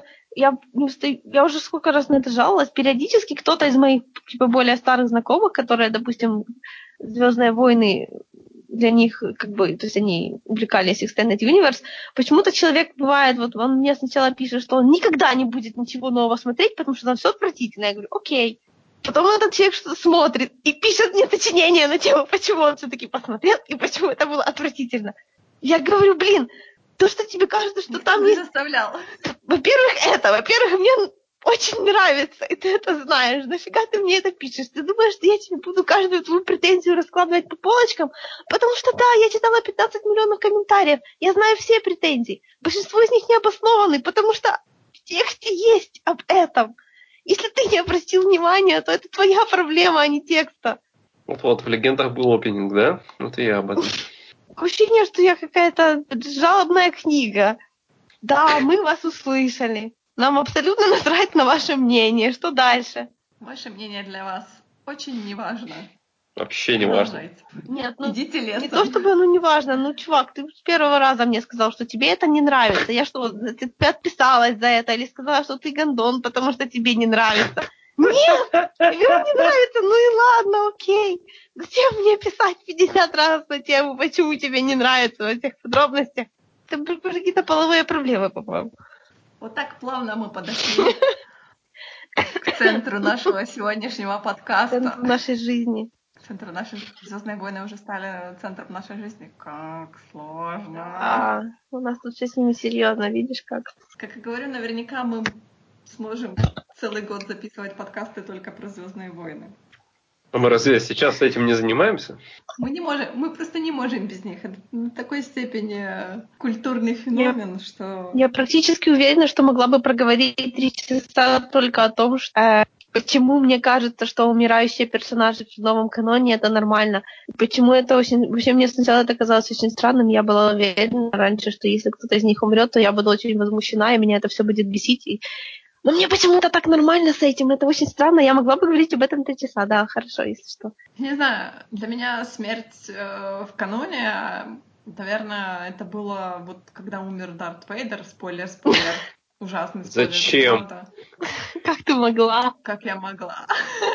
я уже сколько раз на это жаловалась. Периодически кто-то из моих более старых знакомых, которые, допустим, «Звездные войны» для них, то есть они увлекались Extended Universe, почему-то человек бывает, вот он мне сначала пишет, что он никогда не будет ничего нового смотреть, потому что там все отвратительно. Я говорю, окей. Потом этот человек что-то смотрит и пишет мне сочинение на тему, почему он все-таки посмотрел и почему это было отвратительно. Я говорю, то, что тебе кажется, что Никто там не есть... заставлял. Во-первых, мне очень нравится, и ты это знаешь. Нафига ты мне это пишешь? Ты думаешь, что я тебе буду каждую твою претензию раскладывать по полочкам? Потому что да, я читала 15 миллионов комментариев, я знаю все претензии. Большинство из них не обоснованы, потому что в тексте есть об этом. Если ты не обратил внимания, то это твоя проблема, а не текста. Вот, в «Легендах» был опенинг, да? Вот и я об этом. Ощущение, что я какая-то жалобная книга. Да, мы вас услышали. Нам абсолютно насрать на ваше мнение. Что дальше? Ваше мнение для вас очень неважно. Вообще не важно. Нет, идите лесом. Не то чтобы оно не важно, чувак, ты с первого раза мне сказал, что тебе это не нравится. Я что, ты отписалась за это или сказала, что ты гондон, потому что тебе не нравится? Нет, тебе не нравится, ну и ладно, окей. Зачем мне писать 50 раз на тему, почему тебе не нравится во всех подробностях? Это какие-то половые проблемы, по-моему. Вот так плавно мы подошли к центру нашего сегодняшнего подкаста. К центру нашей жизни. Центр нашей «Звездные войны» уже стали центром нашей жизни. Как сложно. Да, у нас тут все с ними серьезно, видишь как. Как я говорю, наверняка мы сможем целый год записывать подкасты только про «Звездные войны». А мы разве сейчас этим не занимаемся? Мы просто не можем без них. Это на такой степени культурный феномен, что... Я практически уверена, что могла бы проговорить 3 часа только о том, почему мне кажется, что умирающие персонажи в новом каноне — это нормально. Почему это Вообще, мне сначала это казалось очень странным. Я была уверена раньше, что если кто-то из них умрет, то я буду очень возмущена, и меня это все будет бесить. Но мне почему-то так нормально с этим. Это очень странно. Я могла бы говорить об этом 3 часа. Да, хорошо, если что. Не знаю, для меня смерть в каноне, наверное, это было вот когда умер Дарт Вейдер. Спойлер. Ужасный спойлер. Зачем? Правда. Как ты могла? Как я могла.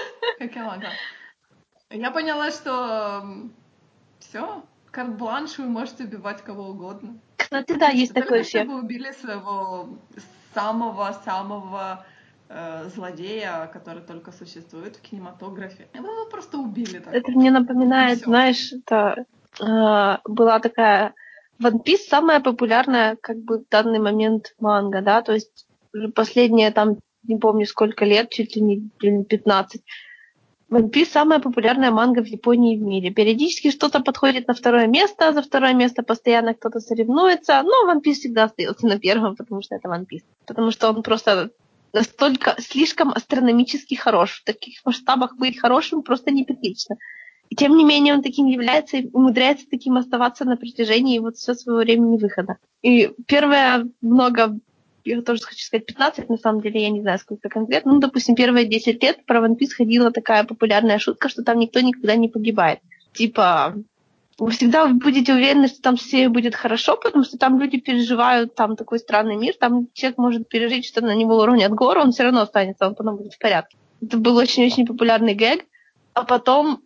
Я поняла, что все, карт-бланш, вы можете убивать кого угодно. Кстати, да, есть такой эффект. Только чтобы убили своего самого злодея, который только существует в кинематографе. Его просто убили. Так. Это мне напоминает, знаешь, была такая One Piece, самая популярная в данный момент манга, да, то есть последние там, не помню сколько лет, чуть ли не 15. One Piece самая популярная манга в Японии и в мире. Периодически что-то подходит на второе место, за второе место постоянно кто-то соревнуется, но One Piece всегда остается на первом, потому что это One Piece. Потому что он просто настолько слишком астрономически хорош. В таких масштабах быть хорошим просто неприлично. И тем не менее он таким является и умудряется таким оставаться на протяжении вот всего своего времени выхода. И первое я тоже хочу сказать 15, на самом деле, я не знаю, сколько конкретно. Ну, допустим, первые 10 лет про One Piece ходила такая популярная шутка, что там никто никогда не погибает. Типа, вы всегда будете уверены, что там все будет хорошо, потому что там люди переживают, там такой странный мир, там человек может пережить, что на него уронят гору, он все равно останется, он потом будет в порядке. Это был очень-очень популярный гэг. А потом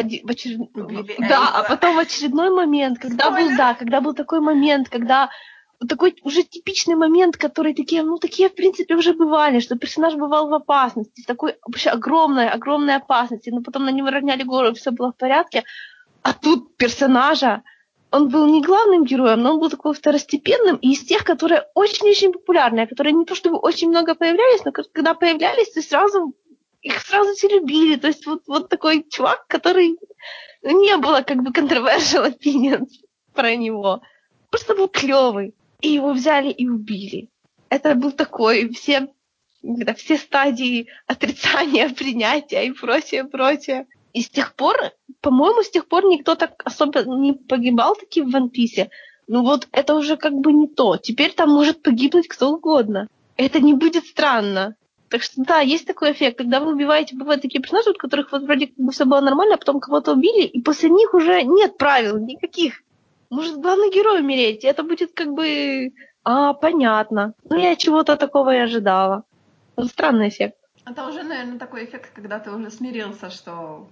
в очередной момент, когда был такой момент, когда такой уже типичный момент, который такие, в принципе, уже бывали, что персонаж бывал в опасности, в такой вообще огромной опасности, но потом на него роняли гору, все было в порядке, а тут персонажа, он был не главным героем, но он был такой второстепенным, и из тех, которые очень-очень популярные, которые не то чтобы очень много появлялись, но когда появлялись, то их сразу все любили, то есть вот такой чувак, который не было как бы controversial opinions про него, просто был клёвый. И его взяли и убили. Это был такой, все стадии отрицания, принятия и прочее. И с тех пор, по-моему, никто так особо не погибал таки в One Piece. Ну вот это уже как бы не то. Теперь там может погибнуть кто угодно. Это не будет странно. Так что да, есть такой эффект. Когда вы убиваете, бывают такие персонажи, у которых вот вроде как бы все было нормально, а потом кого-то убили, и после них уже нет правил никаких. Может главный герой умереть, и это будет как бы... понятно. Ну, я чего-то такого и ожидала. Вот странный эффект. Это уже, наверное, такой эффект, когда ты уже смирился, что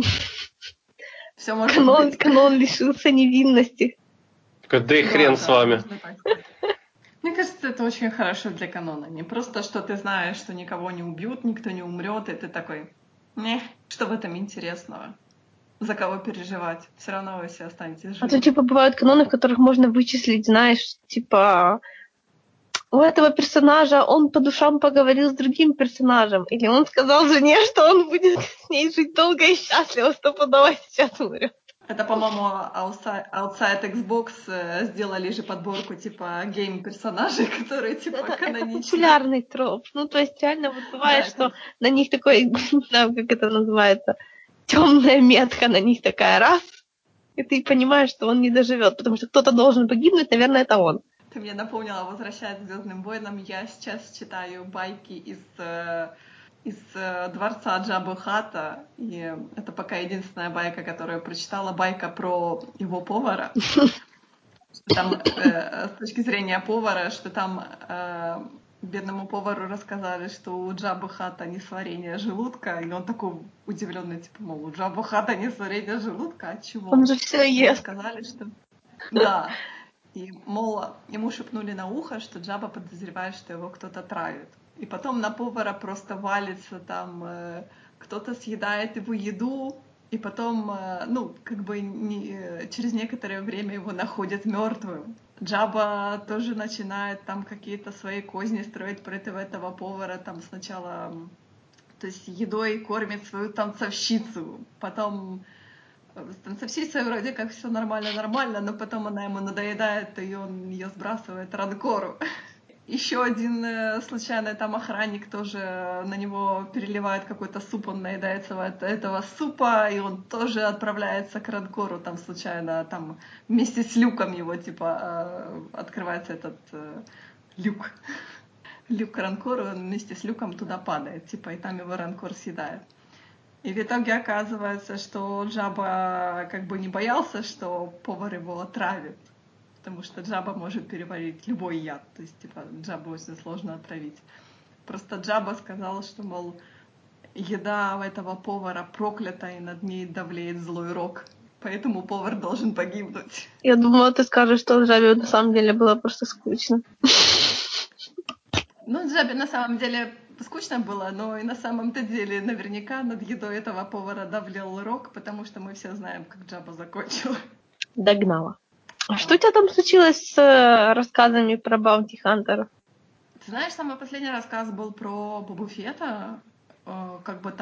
все может быть. Канон лишился невинности. Да и хрен с вами. Мне кажется, это очень хорошо для канона. Не просто, что ты знаешь, что никого не убьют, никто не умрет, и ты такой, что в этом интересного? За кого переживать? Все равно вы все останетесь живы. А то, типа, бывают каноны, в которых можно вычислить, знаешь, типа, у этого персонажа он по душам поговорил с другим персонажем, или он сказал жене, что он будет с ней жить долго и счастливо, стопудово сейчас умрет. Это, по-моему, Outside Xbox сделали же подборку, типа, гейм-персонажей, которые, типа, каноничные. Это популярный троп. Ну, то есть, реально, вот бывает, что на них такой, не знаю, как это называется, темная метка на них такая раз, и ты понимаешь, что он не доживет, потому что кто-то должен погибнуть, наверное, это он. Ты мне напомнила, возвращаясь к «Звездным войнам», я сейчас читаю байки из дворца Джаббы Хатта, и это пока единственная байка, которую я прочитала, байка про его повара. Там, с точки зрения повара, что там бедному повару рассказали, что у Джаббы Хатта несварение желудка, и он такой удивленный, типа, мол, у Джаббы Хатта несварение желудка, от чего? Он же все ест. Сказали, что... Да. И, мол, ему шепнули на ухо, что Джабба подозревает, что его кто-то травит. И потом на повара просто валится там, кто-то съедает его еду, и потом, через некоторое время его находят мертвым. Джабба тоже начинает там какие-то свои козни строить против этого повара, там сначала, то есть едой кормит свою танцовщицу, потом с танцовщицей вроде как все нормально, но потом она ему надоедает, и он ее сбрасывает ранкору. Еще один случайный там охранник тоже на него переливает какой-то суп, он наедается от этого супа, и он тоже отправляется к ранкору, там случайно, там вместе с люком его, типа, открывается этот люк. Люк к ранкору, он вместе с люком туда падает, типа, и там его ранкор съедает. И в итоге оказывается, что Джабба как бы не боялся, что повар его отравит, потому что Джабба может переварить любой яд, то есть, типа, Джаббу очень сложно отравить. Просто Джабба сказал, что, мол, еда у этого повара проклята, и над ней давлеет злой рок, поэтому повар должен погибнуть. Я думала, ты скажешь, что Джаббе на самом деле было просто скучно. Ну, Джаббе на самом деле скучно было, но и на самом-то деле наверняка над едой этого повара давлел рок, потому что мы все знаем, как Джабба закончил. Догнала. А что у тебя там случилось с рассказами про Баунти Хантеров? Ты знаешь, самый последний рассказ был про Бобу Фетта. как бы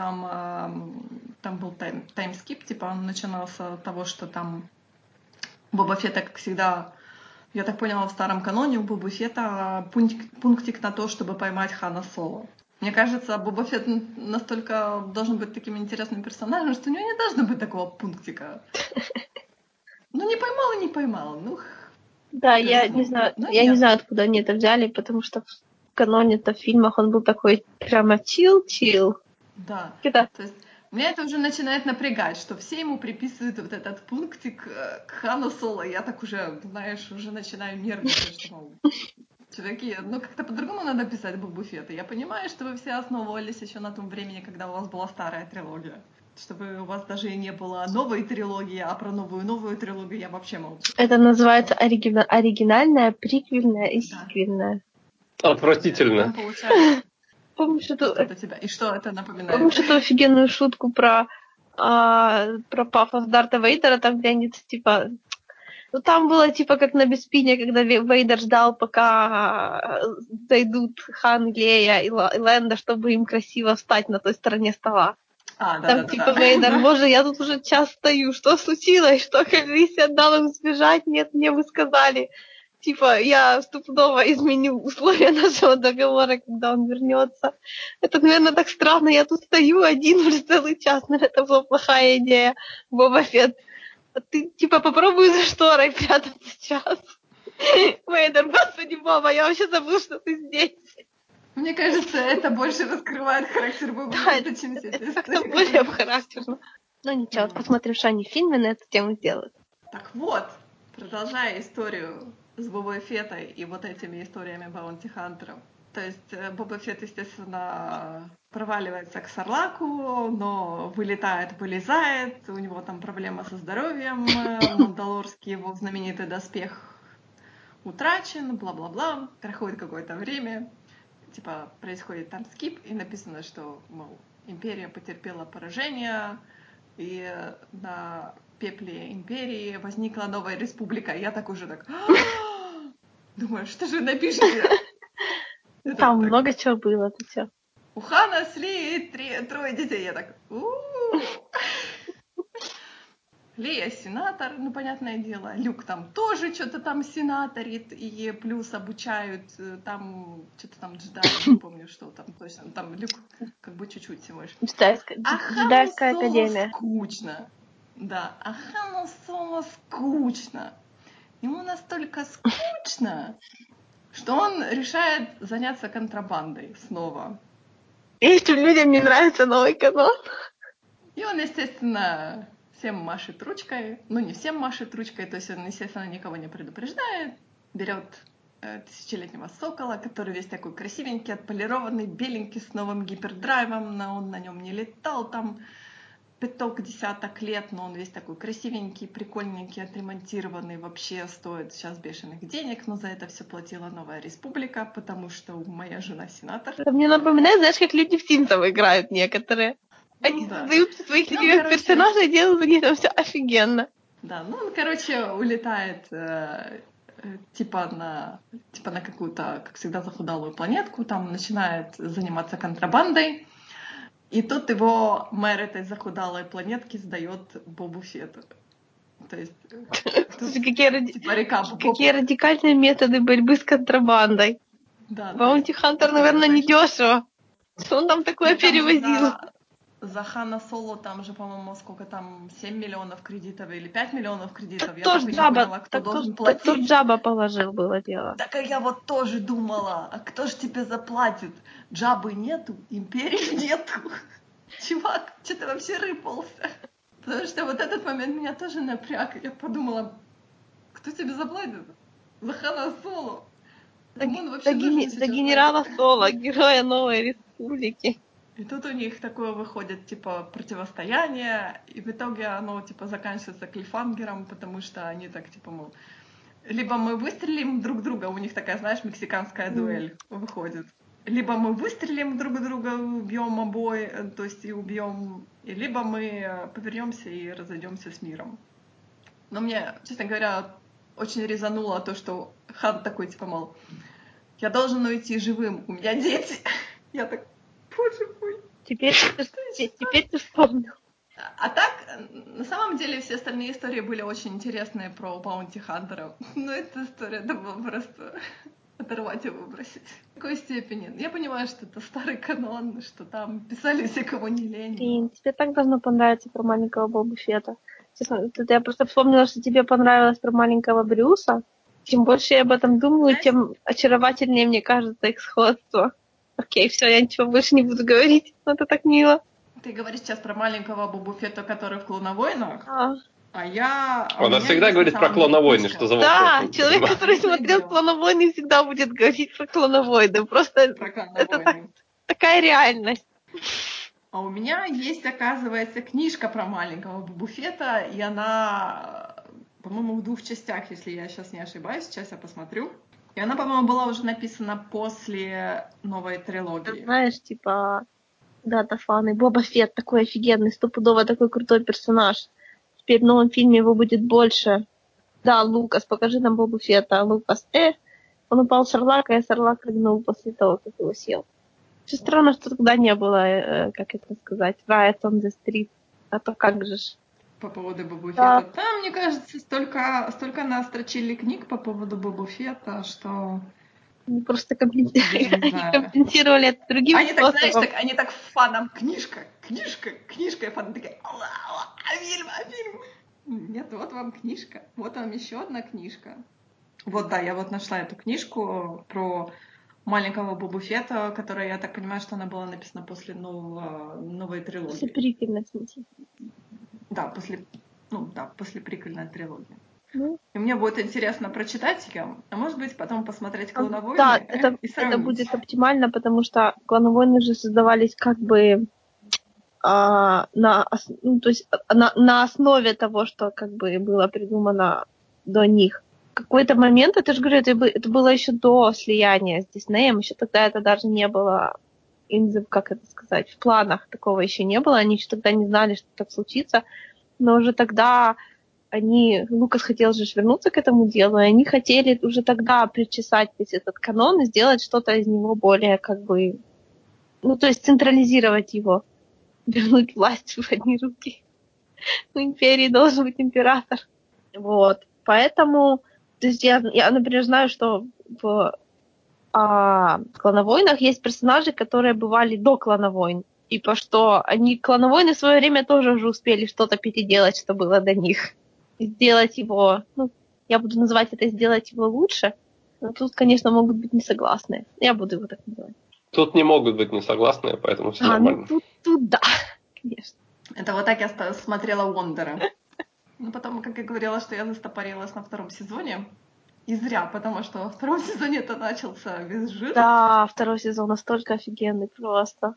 там был таймскип, типа он начинался с того, что там Боба Фетта, как всегда, я так поняла, в старом каноне у Боба Фетта пунктик на то, чтобы поймать Хана Соло. Мне кажется, Боба Фетт настолько должен быть таким интересным персонажем, что у него не должно быть такого пунктика. Ну, не поймал и не поймал. Ну, Да, я не знаю, не знаю, откуда они это взяли, потому что в каноне-то в фильмах он был такой прямо чил-чил. Да. То есть меня это уже начинает напрягать, что все ему приписывают вот этот пунктик к Хану Соло. Я так уже, знаешь, уже начинаю нервничать, что, мол, чуваки, ну как-то по-другому надо писать Бобу Фетта. Я понимаю, что вы все основывались еще на том времени, когда у вас была старая трилогия. Чтобы у вас даже и не было новой трилогии, а про новую трилогию я вообще молчу. Это называется оригинальная, приквельная и сиквельная. Отвратительно. Там получается... Помнишь эту... Что-то тебя... И что это напоминает? Помнишь эту офигенную шутку про пафос Дарта Вейдера, там где они типа... Ну там было типа как на Беспине, когда Вейдер ждал, пока зайдут Хан, Лея и Лэнда, чтобы им красиво встать на той стороне стола. Там типа Вейдер, боже, я тут уже час стою, что случилось? Что Калиси отдал им сбежать? Нет, мне вы сказали. Типа, я стопудово изменю условия нашего договора, когда он вернется. Это, наверное, так странно. Я тут стою один уже целый час. Наверное, это была плохая идея, Боба Фетт. А ты, типа, попробуй за шторой прятаться час. Вейдер, господи, Боба, я вообще забыл, что ты здесь. Мне кажется, это больше раскрывает характер Боба Фетта, чем все эти как-то более характерно. Ну ничего, посмотрим, что они в фильме на эту тему сделают. Так вот, продолжая историю с Бобой Феттой и вот этими историями баунти-хантеров. То есть Боба Фетт, естественно, проваливается к Сарлаку, но вылезает, у него там проблема со здоровьем, мандалорский его знаменитый доспех утрачен, бла-бла-бла. Проходит какое-то время, типа происходит там скип, и написано, что, мол, империя потерпела поражение, и на пепле империи возникла новая республика. Я так уже так... Думаю, что же напишите? Там много чего было, ты чё? У Хана с Лией трое детей. Я так... Лея сенатор, ну, понятное дело. Люк там тоже что-то там сенаторит, и плюс обучают там, что-то там джедаи, не помню, что там точно. Там Люк как бы чуть-чуть всего лишь. А Хану Соло скучно. Да, а Хану Соло скучно. Ему настолько скучно, что он решает заняться контрабандой снова. И этим людям не нравится новый канон. И он, естественно, всем машет ручкой. Ну, не всем машет ручкой, то есть он, естественно, никого не предупреждает. Берет тысячелетнего сокола, который весь такой красивенький, отполированный, беленький, с новым гипердрайвом. Он на нем не летал там десяток лет, но он весь такой красивенький, прикольненький, отремонтированный, вообще стоит сейчас бешеных денег, но за это все платила Новая Республика, потому что моя жена сенатор. Это мне напоминает, знаешь, как люди в Симсов играют некоторые. Они создают своих любимых персонажей и делают у них там все офигенно. Да, ну он, короче, улетает типа на какую-то, как всегда, захудалую планетку, там начинает заниматься контрабандой. И тут его мэр этой захудалой планетки сдает Бобу Фетту. То есть... Какие радикальные методы борьбы с контрабандой. Да, Баунти Хантер, наверное, не дешево. Что он там такое перевозил? За Хана Соло там же, по-моему, сколько там, 7 миллионов кредитов или 5 миллионов кредитов. Я так и не поняла, кто должен платить. Тут Джаба положил, было дело. Так а я вот тоже думала, а кто ж тебе заплатит? Джабы нету, империи нету. Чувак, что ты вообще рыпался? Потому что вот этот момент меня тоже напряг. Я подумала, кто тебе заплатит? За Хана Соло? За генерала Соло, героя Новой Республики. И тут у них такое выходит, типа, противостояние, и в итоге оно, типа, заканчивается клиффхангером, потому что они так, типа, мол, либо мы выстрелим друг друга, у них такая, знаешь, мексиканская дуэль выходит, либо мы выстрелим друг друга, убьем обои, то есть и убьем, либо мы повернемся и разойдемся с миром. Но мне, честно говоря, очень резануло то, что Хан такой, типа, мол, я должен уйти живым, у меня дети. Я так... Боже мой. Теперь ты вспомнил. А так, на самом деле, все остальные истории были очень интересные про баунти-хантеров. Но эта история, это было просто оторвать и выбросить. В какой степени? Я понимаю, что это старый канон, что там писали все, кого не лень. Блин, тебе так должно понравиться про маленького Боба Фетта. Честно, я просто вспомнила, что тебе понравилось про маленького Брюса. Чем больше я об этом думаю, тем очаровательнее мне кажется их сходство. Окей, все, я ничего больше не буду говорить. Но это так мило. Ты говоришь сейчас про маленького Бобу Фетта, который в «Клоновойнах»? А. Она всегда говорит про «Клоновойны», что за вопрос? Да, человек, который смотрел «Клоновойны», всегда будет говорить про «Клоновойны». Просто это такая реальность. А у меня есть, оказывается, книжка про маленького Бобу Фетта, и она, по-моему, в 2 частях, если я сейчас не ошибаюсь, сейчас я посмотрю. И она, по-моему, была уже написана после новой трилогии. Знаешь, типа, да, фаны. Боба Фетт такой офигенный, стопудово такой крутой персонаж. Теперь в новом фильме его будет больше. Да, Лукас, покажи нам Бобу Фетта. Лукас, он упал с Орлака, и Орлак рыгнул после того, как его съел. Все странно, что тогда не было, как это сказать, Riot on the Street. А то как же ж. По поводу Бобу Да. Фетта. Там, мне кажется, столько настрочили книг по поводу Бобу Фетта, что... Они просто компенсировали это другим они способом. Так, знаешь, так, они так фанам книжка, и фаны такие, а фильм? Нет, вот вам книжка, вот вам еще одна книжка. Вот, да, я вот нашла эту книжку про маленького Бобу Фетта, которая, я так понимаю, что она была написана после новой трилогии. После приквельной, в смысле. Да, после приквельной трилогии. Ну, и мне будет интересно прочитать ее, а может быть, потом посмотреть «Клоновойны» да, и сравнить. это будет оптимально, потому что «Клоновойны» же создавались как бы на основе того, что как бы было придумано до них. В какой-то момент, это же говорю, это было еще до слияния с Диснеем, еще тогда это даже не было, как это сказать, в планах такого еще не было, они еще тогда не знали, что так случится, но уже тогда Лукас хотел же вернуться к этому делу, и они хотели уже тогда причесать весь этот канон и сделать что-то из него более как бы, то есть централизировать его, вернуть власть в одни руки. У империи должен быть император. Вот. Поэтому, то есть я, например, знаю, что в «Клоновойнах» есть персонажи, которые бывали до «Клоновойн». Типа, что «Клоновойны» в свое время тоже уже успели что-то переделать, что было до них. Сделать его, я буду называть это «сделать его лучше», но тут, конечно, могут быть не согласны. Я буду его так называть. Тут не могут быть не согласны, поэтому все нормально. Тут да, конечно. Это вот так я смотрела «Вондера». Но потом, как я говорила, что я застопорилась на 2 сезоне. И зря, потому что во 2 сезоне это начался без жира. Да, 2 сезон настолько офигенный просто.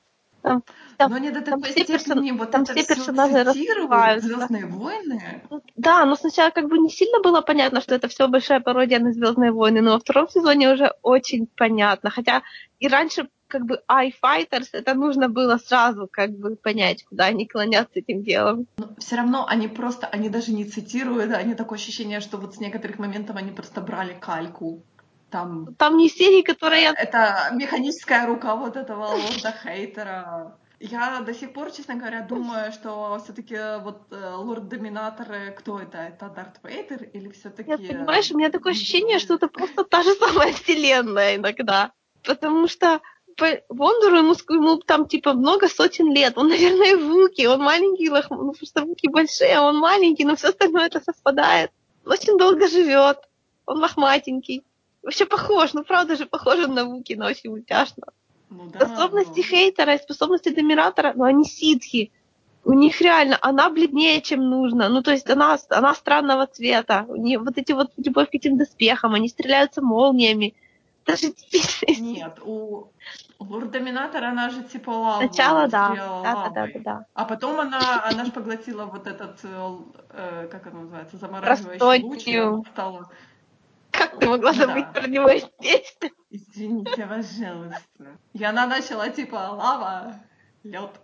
Но не до такой степени вот это все цитируют «Звездные войны». Да, но сначала как бы не сильно было понятно, что это все большая пародия на «Звездные войны», но во 2 сезоне уже очень понятно. Хотя и раньше как бы iFighters, это нужно было сразу как бы понять, куда они клонят с этим делом. Но все равно они даже не цитируют, они такое ощущение, что вот с некоторых моментов они просто брали кальку. Там не серии, которые... Это механическая рука вот этого лорда-хейтера. Я до сих пор, честно говоря, думаю, что все-таки вот лорд-доминатор, кто это? Это Дарт Вейдер или все-таки... Нет, понимаешь, у меня такое ощущение, что это просто та же самая вселенная иногда. Потому что Вондору ему там типа много сотен лет. Он, наверное, Вуки, он маленький, просто Вуки большие, а он маленький, но все остальное это совпадает. Он очень долго живет, он лохматенький. Вообще похож, правда же похож на Вуки, но очень мультяшно. Способности хейтера и способности доминатора, они ситхи. У них реально, она бледнее, чем нужно. То есть она странного цвета. У нее вот эти вот любовь к этим доспехам, они стреляются молниями. Даже Нет, у лорд-доминатора она же типа лаву сначала стреляла лавой. Да. А потом она же поглотила вот этот, как это называется, замораживающий луч, и она стала... Как ты могла забыть про него здесь? Извините, пожалуйста. И она начала типа лава, лед.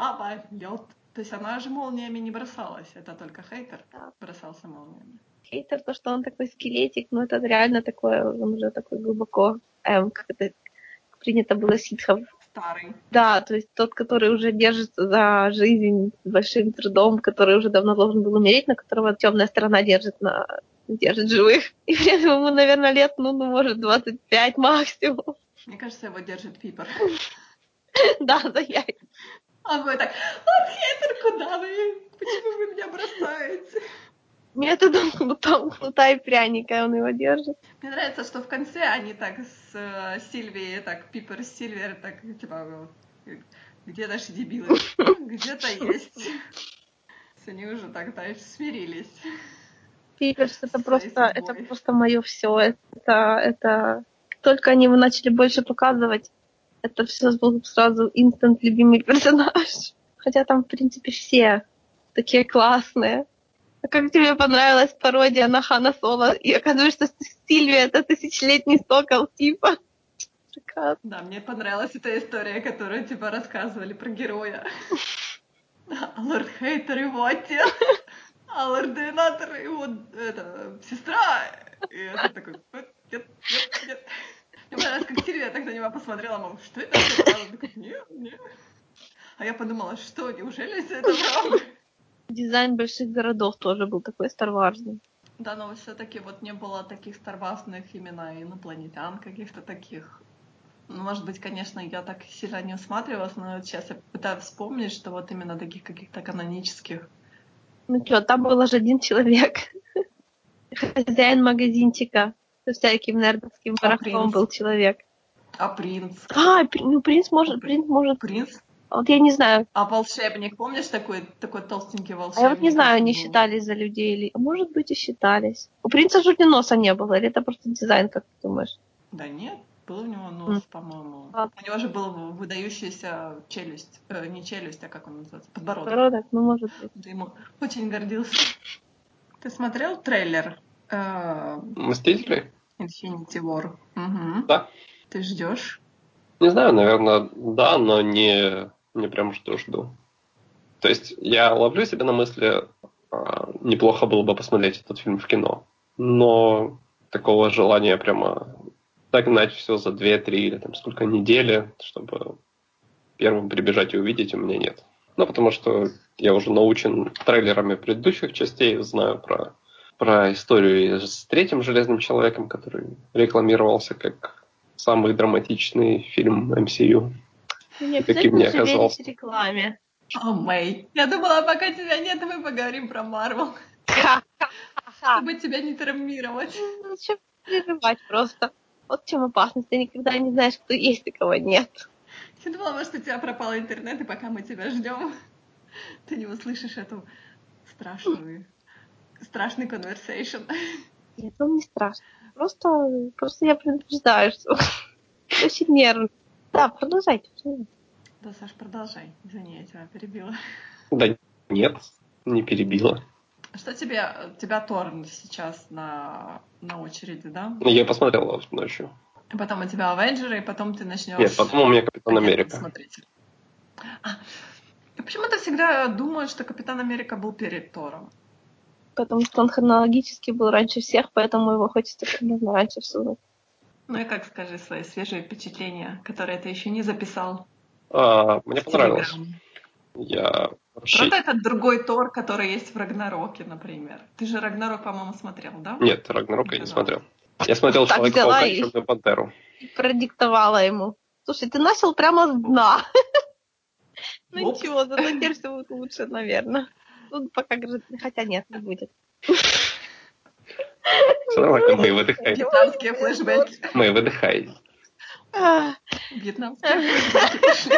То есть она же молниями не бросалась, это только хейтер бросался молниями. Хейтер, то, что он такой скелетик, это реально такое, он уже такой глубоко, как это принято было ситхов Старый. Да, то есть тот, который уже держится за жизнь с большим трудом, который уже давно должен был умереть, на которого темная сторона держит живых. И при этом ему, наверное, лет, может, 25 максимум. Мне кажется, его держит Пипер. Да, я. Он будет так: вот хейтер, куда вы? Почему вы меня бросаете? Методом кнута и пряника он его держит. Мне нравится, что в конце они так с Сильвией, так Пипер и Сильвер, так типа, где наши дебилы? Где-то есть. Они уже так дальше смирились. Пиперс это Своей судьбой. просто мое все. Это только они его начали больше показывать, это все был сразу инстант любимый персонаж. Хотя там, в принципе, все такие классные. А как тебе понравилась пародия на Хана Соло? И оказывается, что Сильвия — это тысячелетний сокол, типа. Прекрасно. Да, мне понравилась эта история, которую типа рассказывали про героя. А лорд Хейтер его отец, а лорд Девинатор его сестра. И это такой: нет. Мне понравилось, как Сильвия так на него посмотрела, мол, что это все правда? Он такой: нет. А я подумала, что, неужели все это правда? Дизайн больших городов тоже был такой старварный. Да, но все-таки вот не было таких старварных именно инопланетян, каких-то таких. Ну, может быть, конечно, я так сильно не усматривалась, но вот сейчас я пытаюсь вспомнить, что вот именно таких каких-то канонических. Ну что, там был аж один человек. Хозяин магазинчика со всяким нердовским барахлом принц? был человек. А принц? Принц может. Принц? Вот я не знаю. А волшебник, помнишь такой толстенький волшебник? А я вот не знаю, они был? считались за людей или... А может быть, и считались. У принца жуть носа не было, или это просто дизайн, как ты думаешь? Да нет, был у него нос, по-моему. У него же был выдающаяся челюсть. Не челюсть, а как он называется? Подбородок. Подбородок, может быть. Ты ему очень гордился. Ты смотрел трейлер Мстители? Infinity War? Угу. Да. Ты ждешь? Не знаю, наверное, да, но не прям что жду. То есть я ловлю себя на мысли, неплохо было бы посмотреть этот фильм в кино. Но такого желания прямо догнать все за 2-3 или там сколько недели, чтобы первым прибежать и увидеть, у меня нет. Ну, потому что я уже научен трейлерами предыдущих частей, знаю про историю с третьим Железным Человеком, который рекламировался как самый драматичный фильм MCU. Не И таким не обязательно же верить оказался. рекламе. О, Мэй. Я думала, пока тебя нет, мы поговорим про Марвел. Чтобы тебя не травмировать. Ну, зачем переживать просто? Вот в чем опасность. Ты никогда не знаешь, кто есть и кого нет. Я думала, может, у тебя пропал интернет, и пока мы тебя ждем, ты не услышишь эту страшный conversation. Нет, он не страшно. Просто я предупреждаю, что очень нервно. Да, продолжайте. Да, Саш, продолжай. Извини, я тебя перебила. Да нет, не перебила. Что тебя Торн сейчас на очереди, да? Я посмотрел его ночью. Потом у тебя Авенджеры, и потом ты начнешь. Нет, потом у меня Капитан Америка. Смотреть. Я почему-то всегда думаю, что Капитан Америка был перед Тором. Потому что он хронологически был раньше всех, поэтому его хочется как можно раньше всунуть. Ну и как, скажи, свои свежие впечатления, которые ты еще не записал? Мне понравилось. Я вообще... Правда, это другой Тор, который есть в Рагнароке, например? Ты же Рагнарок, по-моему, смотрел, да? Нет, Рагнарока я не смотрел. Я смотрел Так Человека-паука взяла и Черную пантеру. и продиктовала ему. Слушай, ты начал прямо с дна. Ну ничего, зато теперь все будет лучше, наверное. Ну, пока, хотя нет, не будет. Все нормально, мы выдыхаем. Вьетнамские флешбеки. Мы выдыхаем. Вьетнамские флешбеки пошли.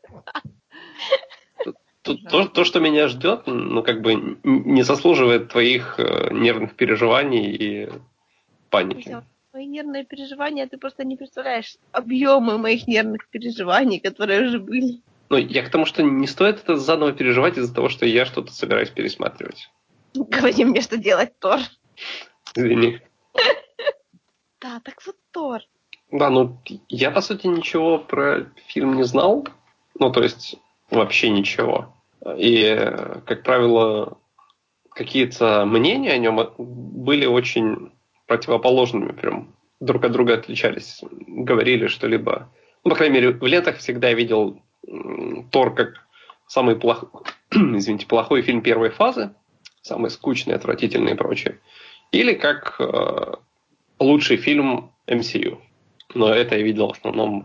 То, что меня ждет, ну, как бы не заслуживает твоих нервных переживаний и паники. Мои нервные переживания, ты просто не представляешь объемы моих нервных переживаний, которые уже были. Ну, я к тому, что не стоит это заново переживать из-за того, что я что-то собираюсь пересматривать. Говори мне, что делать, Тор. Извини. Да, так вот Тор. Да, ну, я, по сути, ничего про фильм не знал. Ну, то есть, вообще ничего. И, как правило, какие-то мнения о нем были очень противоположными, прям друг от друга отличались. Говорили, что либо по крайней мере, в лентах всегда я видел Тор как самый плохой фильм первой фазы, самый скучный, отвратительный и прочее. Или как лучший фильм MCU. Но это я видел в основном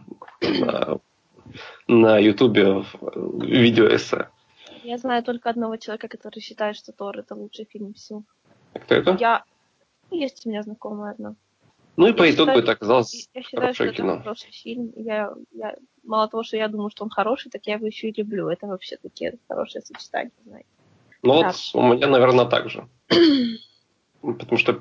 на Ютубе в видеоэссе. Я знаю только одного человека, который считает, что Тор — это лучший фильм всего. Кто это? Есть у меня знакомая одна. Ну и по итогу это оказалось я считаю, хорошее что кино. это хороший фильм. Я мало того, что я думаю, что он хороший, так я его еще и люблю. Это вообще такие хорошие сочетания, знаете. Ну да. Вот у меня, наверное, так же. Потому что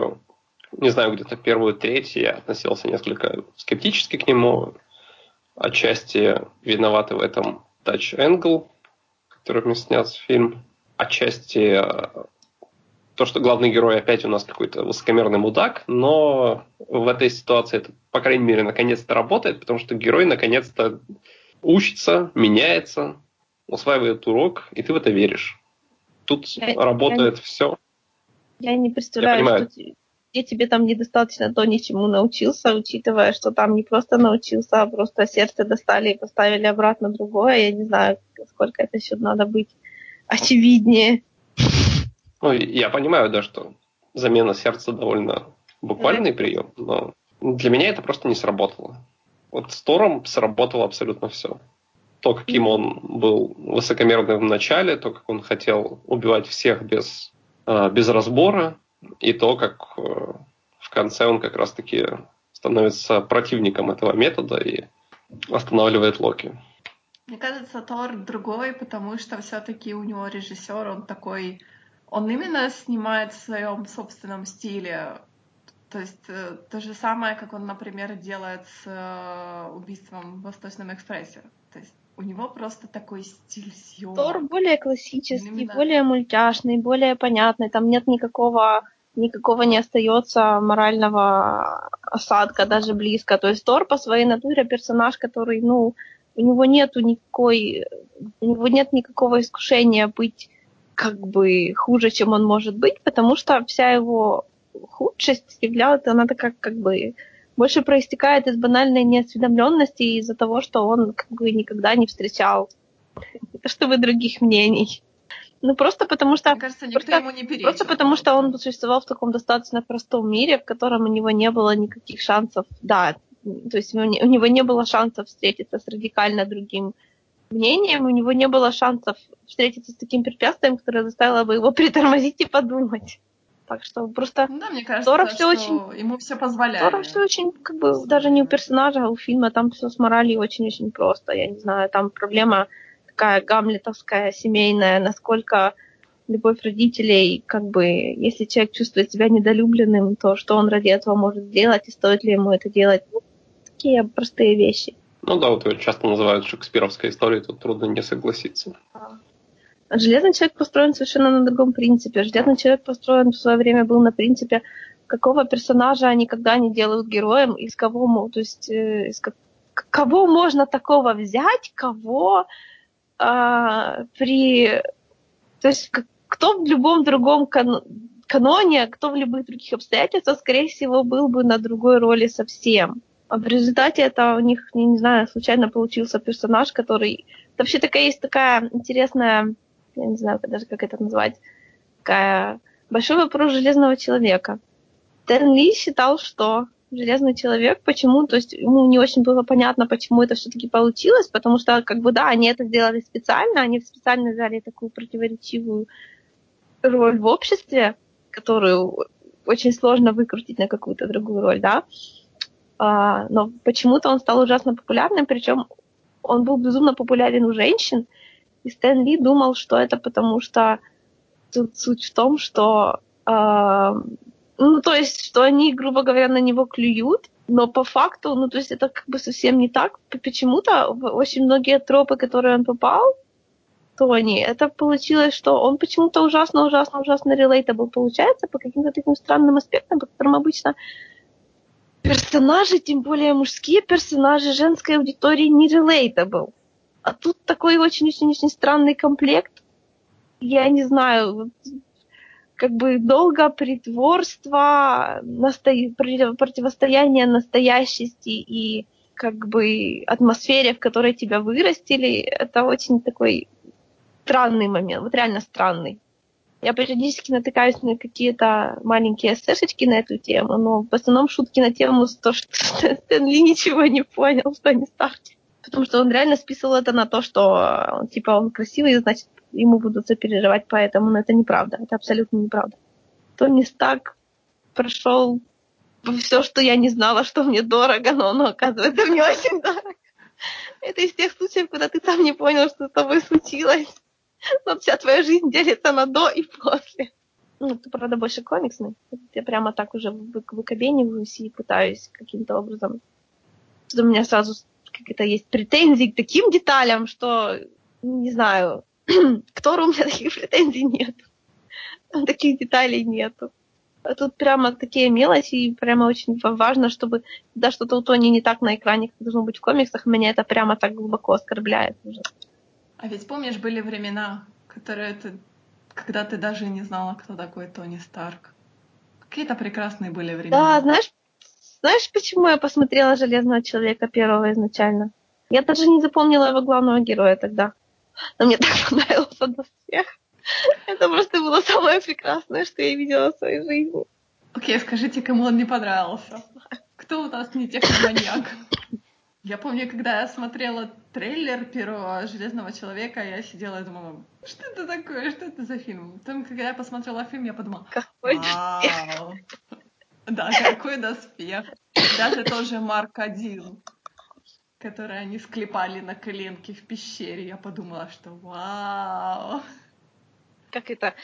где-то первую треть я относился несколько скептически к нему. Отчасти виноваты в этом Dutch Angle, которым снят фильм. Отчасти то, что главный герой опять у нас какой-то высокомерный мудак, но в этой ситуации это, по крайней мере, наконец-то работает, потому что герой наконец-то учится, меняется, усваивает урок, и ты в это веришь. Тут работает все. Я не представляю, что где тебе там недостаточно то, ничему научился, учитывая, что там не просто научился, а просто сердце достали и поставили обратно другое. Я не знаю, сколько это еще надо быть очевиднее. Ну, я понимаю, да, что замена сердца довольно буквальный прием, но для меня это просто не сработало. Вот с Тором сработало абсолютно все. То, каким он был высокомерным в начале, то, как он хотел убивать всех без разбора, и то, как в конце он как раз-таки становится противником этого метода и останавливает Локи. Мне кажется, Тор другой, потому что все-таки у него режиссер, он именно снимает в своем собственном стиле. То есть то же самое, как он, например, делает с убийством в Восточном экспрессе. То есть у него просто такой стиль съемок. Тор более классический, более мультяшный, более понятный. Там нет никакого не остается морального осадка даже близко. То есть Тор по своей натуре персонаж, который, у него нет никакого искушения быть как бы хуже, чем он может быть, потому что вся его худшесть она такая как бы больше проистекает из банальной неосведомленности из-за того, что он как бы никогда не встречал чтобы других мнений. Просто потому что... Мне кажется, никто ему не перечил. Просто потому что он существовал в таком достаточно простом мире, в котором у него не было никаких шансов. Да, то есть у него не было шансов встретиться с радикально другим мнением, у него не было шансов встретиться с таким препятствием, которое заставило бы его притормозить и подумать. Так что просто... Да, мне кажется, что ему все позволяли. Тора все очень, как бы, даже не у персонажа, а у фильма там все с моралью очень-очень просто. Я не знаю, там проблема такая гамлетовская, семейная, насколько любовь родителей, как бы, если человек чувствует себя недолюбленным, то что он ради этого может сделать, и стоит ли ему это делать? Такие простые вещи. Ну да, вот его часто называют шекспировской историей, тут трудно не согласиться. Железный человек построен совершенно на другом принципе. Железный человек построен в свое время был на принципе, какого персонажа никогда не делают героем, из кого, то есть кого можно такого взять, кого то есть кто в любом другом каноне, кто в любых других обстоятельствах, скорее всего, был бы на другой роли совсем. А в результате это у них, я не знаю, случайно получился персонаж, который... Вообще есть такая интересная, я не знаю даже, как это назвать, такая большой вопрос Железного человека. Стэн Ли считал, что Железный человек, почему, то есть ему не очень было понятно, почему это все-таки получилось, потому что, как бы, да, они это сделали специально, они специально взяли такую противоречивую роль в обществе, которую очень сложно выкрутить на какую-то другую роль, да, но почему-то он стал ужасно популярным, причем он был безумно популярен у женщин, и Стэн Ли думал, что это потому что тут суть в том, что то есть, что они, грубо говоря, на него клюют, но по факту, то есть это как бы совсем не так. Почему-то очень многие тропы, которые он попал, Тони, это получилось, что он почему-то ужасно relatable получается по каким-то таким странным аспектам, по которым обычно персонажи, тем более мужские персонажи женской аудитории не relatable. А тут такой очень-очень-очень странный комплект. Я не знаю, как бы долго притворство, противостояние настоящести и как бы атмосфере, в которой тебя вырастили, это очень такой странный момент, вот реально странный. Я периодически натыкаюсь на какие-то маленькие эссешечки на эту тему, но в основном шутки на тему, что Стэн Ли ничего не понял в Тони Старке. Потому что он реально списывал это на то, что типа он красивый, значит, ему будут сопереживать поэтому, но это неправда, это абсолютно неправда. Тони Старк прошел все, что я не знала, что мне дорого, но оно, оказывается, мне очень дорого. Это из тех случаев, когда ты сам не понял, что с тобой случилось. Но вся твоя жизнь делится на до и после. Ну, это, правда, больше комиксный. Я прямо так уже выкобениваюсь и пытаюсь каким-то образом... Что у меня сразу как это есть претензии к таким деталям, что, не знаю, к Тору у меня таких претензий нет. Таких деталей нету. А тут прямо такие мелочи, и прямо очень важно, чтобы когда что-то у Тони не так на экране, как должно быть в комиксах, меня это прямо так глубоко оскорбляет уже. А ведь помнишь, были времена, когда ты даже не знала, кто такой Тони Старк. Какие-то прекрасные были времена. Да, знаешь, почему я посмотрела «Железного человека» первого изначально? Я даже не запомнила его главного героя тогда. Но мне так понравился доспех. Это просто было самое прекрасное, что я видела в своей жизни. Окей, скажите, кому он не понравился? Кто у нас не техноманьяк? Я помню, когда я смотрела трейлер первого «Железного человека», я сидела и думала, что это такое, что это за фильм? Потом, когда я посмотрела фильм, я подумала, Какой вау! Да, какой доспех! Даже тот же Марк 1, который они склепали на коленке в пещере, я подумала, что вау! как это,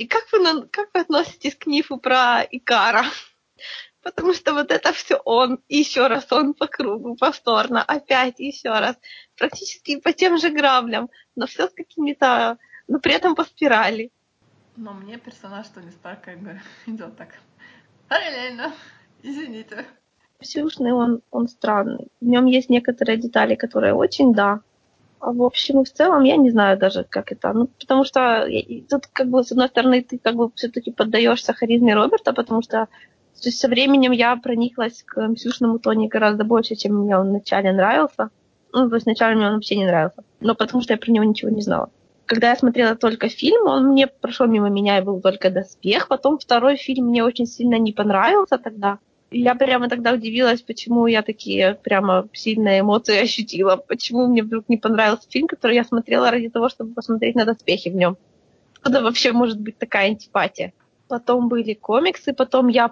как вы относитесь к мифу про Икара? Потому что вот это все он, и еще раз он по кругу, повторно, опять еще раз. Практически по тем же граблям, но все с какими-то, но при этом по спирали. Но мне персонаж Тони Старк как бы идет так параллельно. Извините. Сюжный он странный. В нем есть некоторые детали, которые очень, да. А в общем и в целом я не знаю даже, как это. Ну, потому что тут, как бы, с одной стороны, ты как бы все-таки поддаешься харизме Роберта, потому что то есть, со временем я прониклась к мсюшному Тони гораздо больше, чем мне он вначале нравился. Ну, то есть вначале мне он вообще не нравился. Но потому что я про него ничего не знала. Когда я смотрела только фильм, он мне прошел мимо меня и был только доспех. Потом второй фильм мне очень сильно не понравился тогда. И я прямо тогда удивилась, почему я такие прямо сильные эмоции ощутила. Почему мне вдруг не понравился фильм, который я смотрела ради того, чтобы посмотреть на доспехи в нем. Откуда вообще может быть такая антипатия? Потом были комиксы, потом я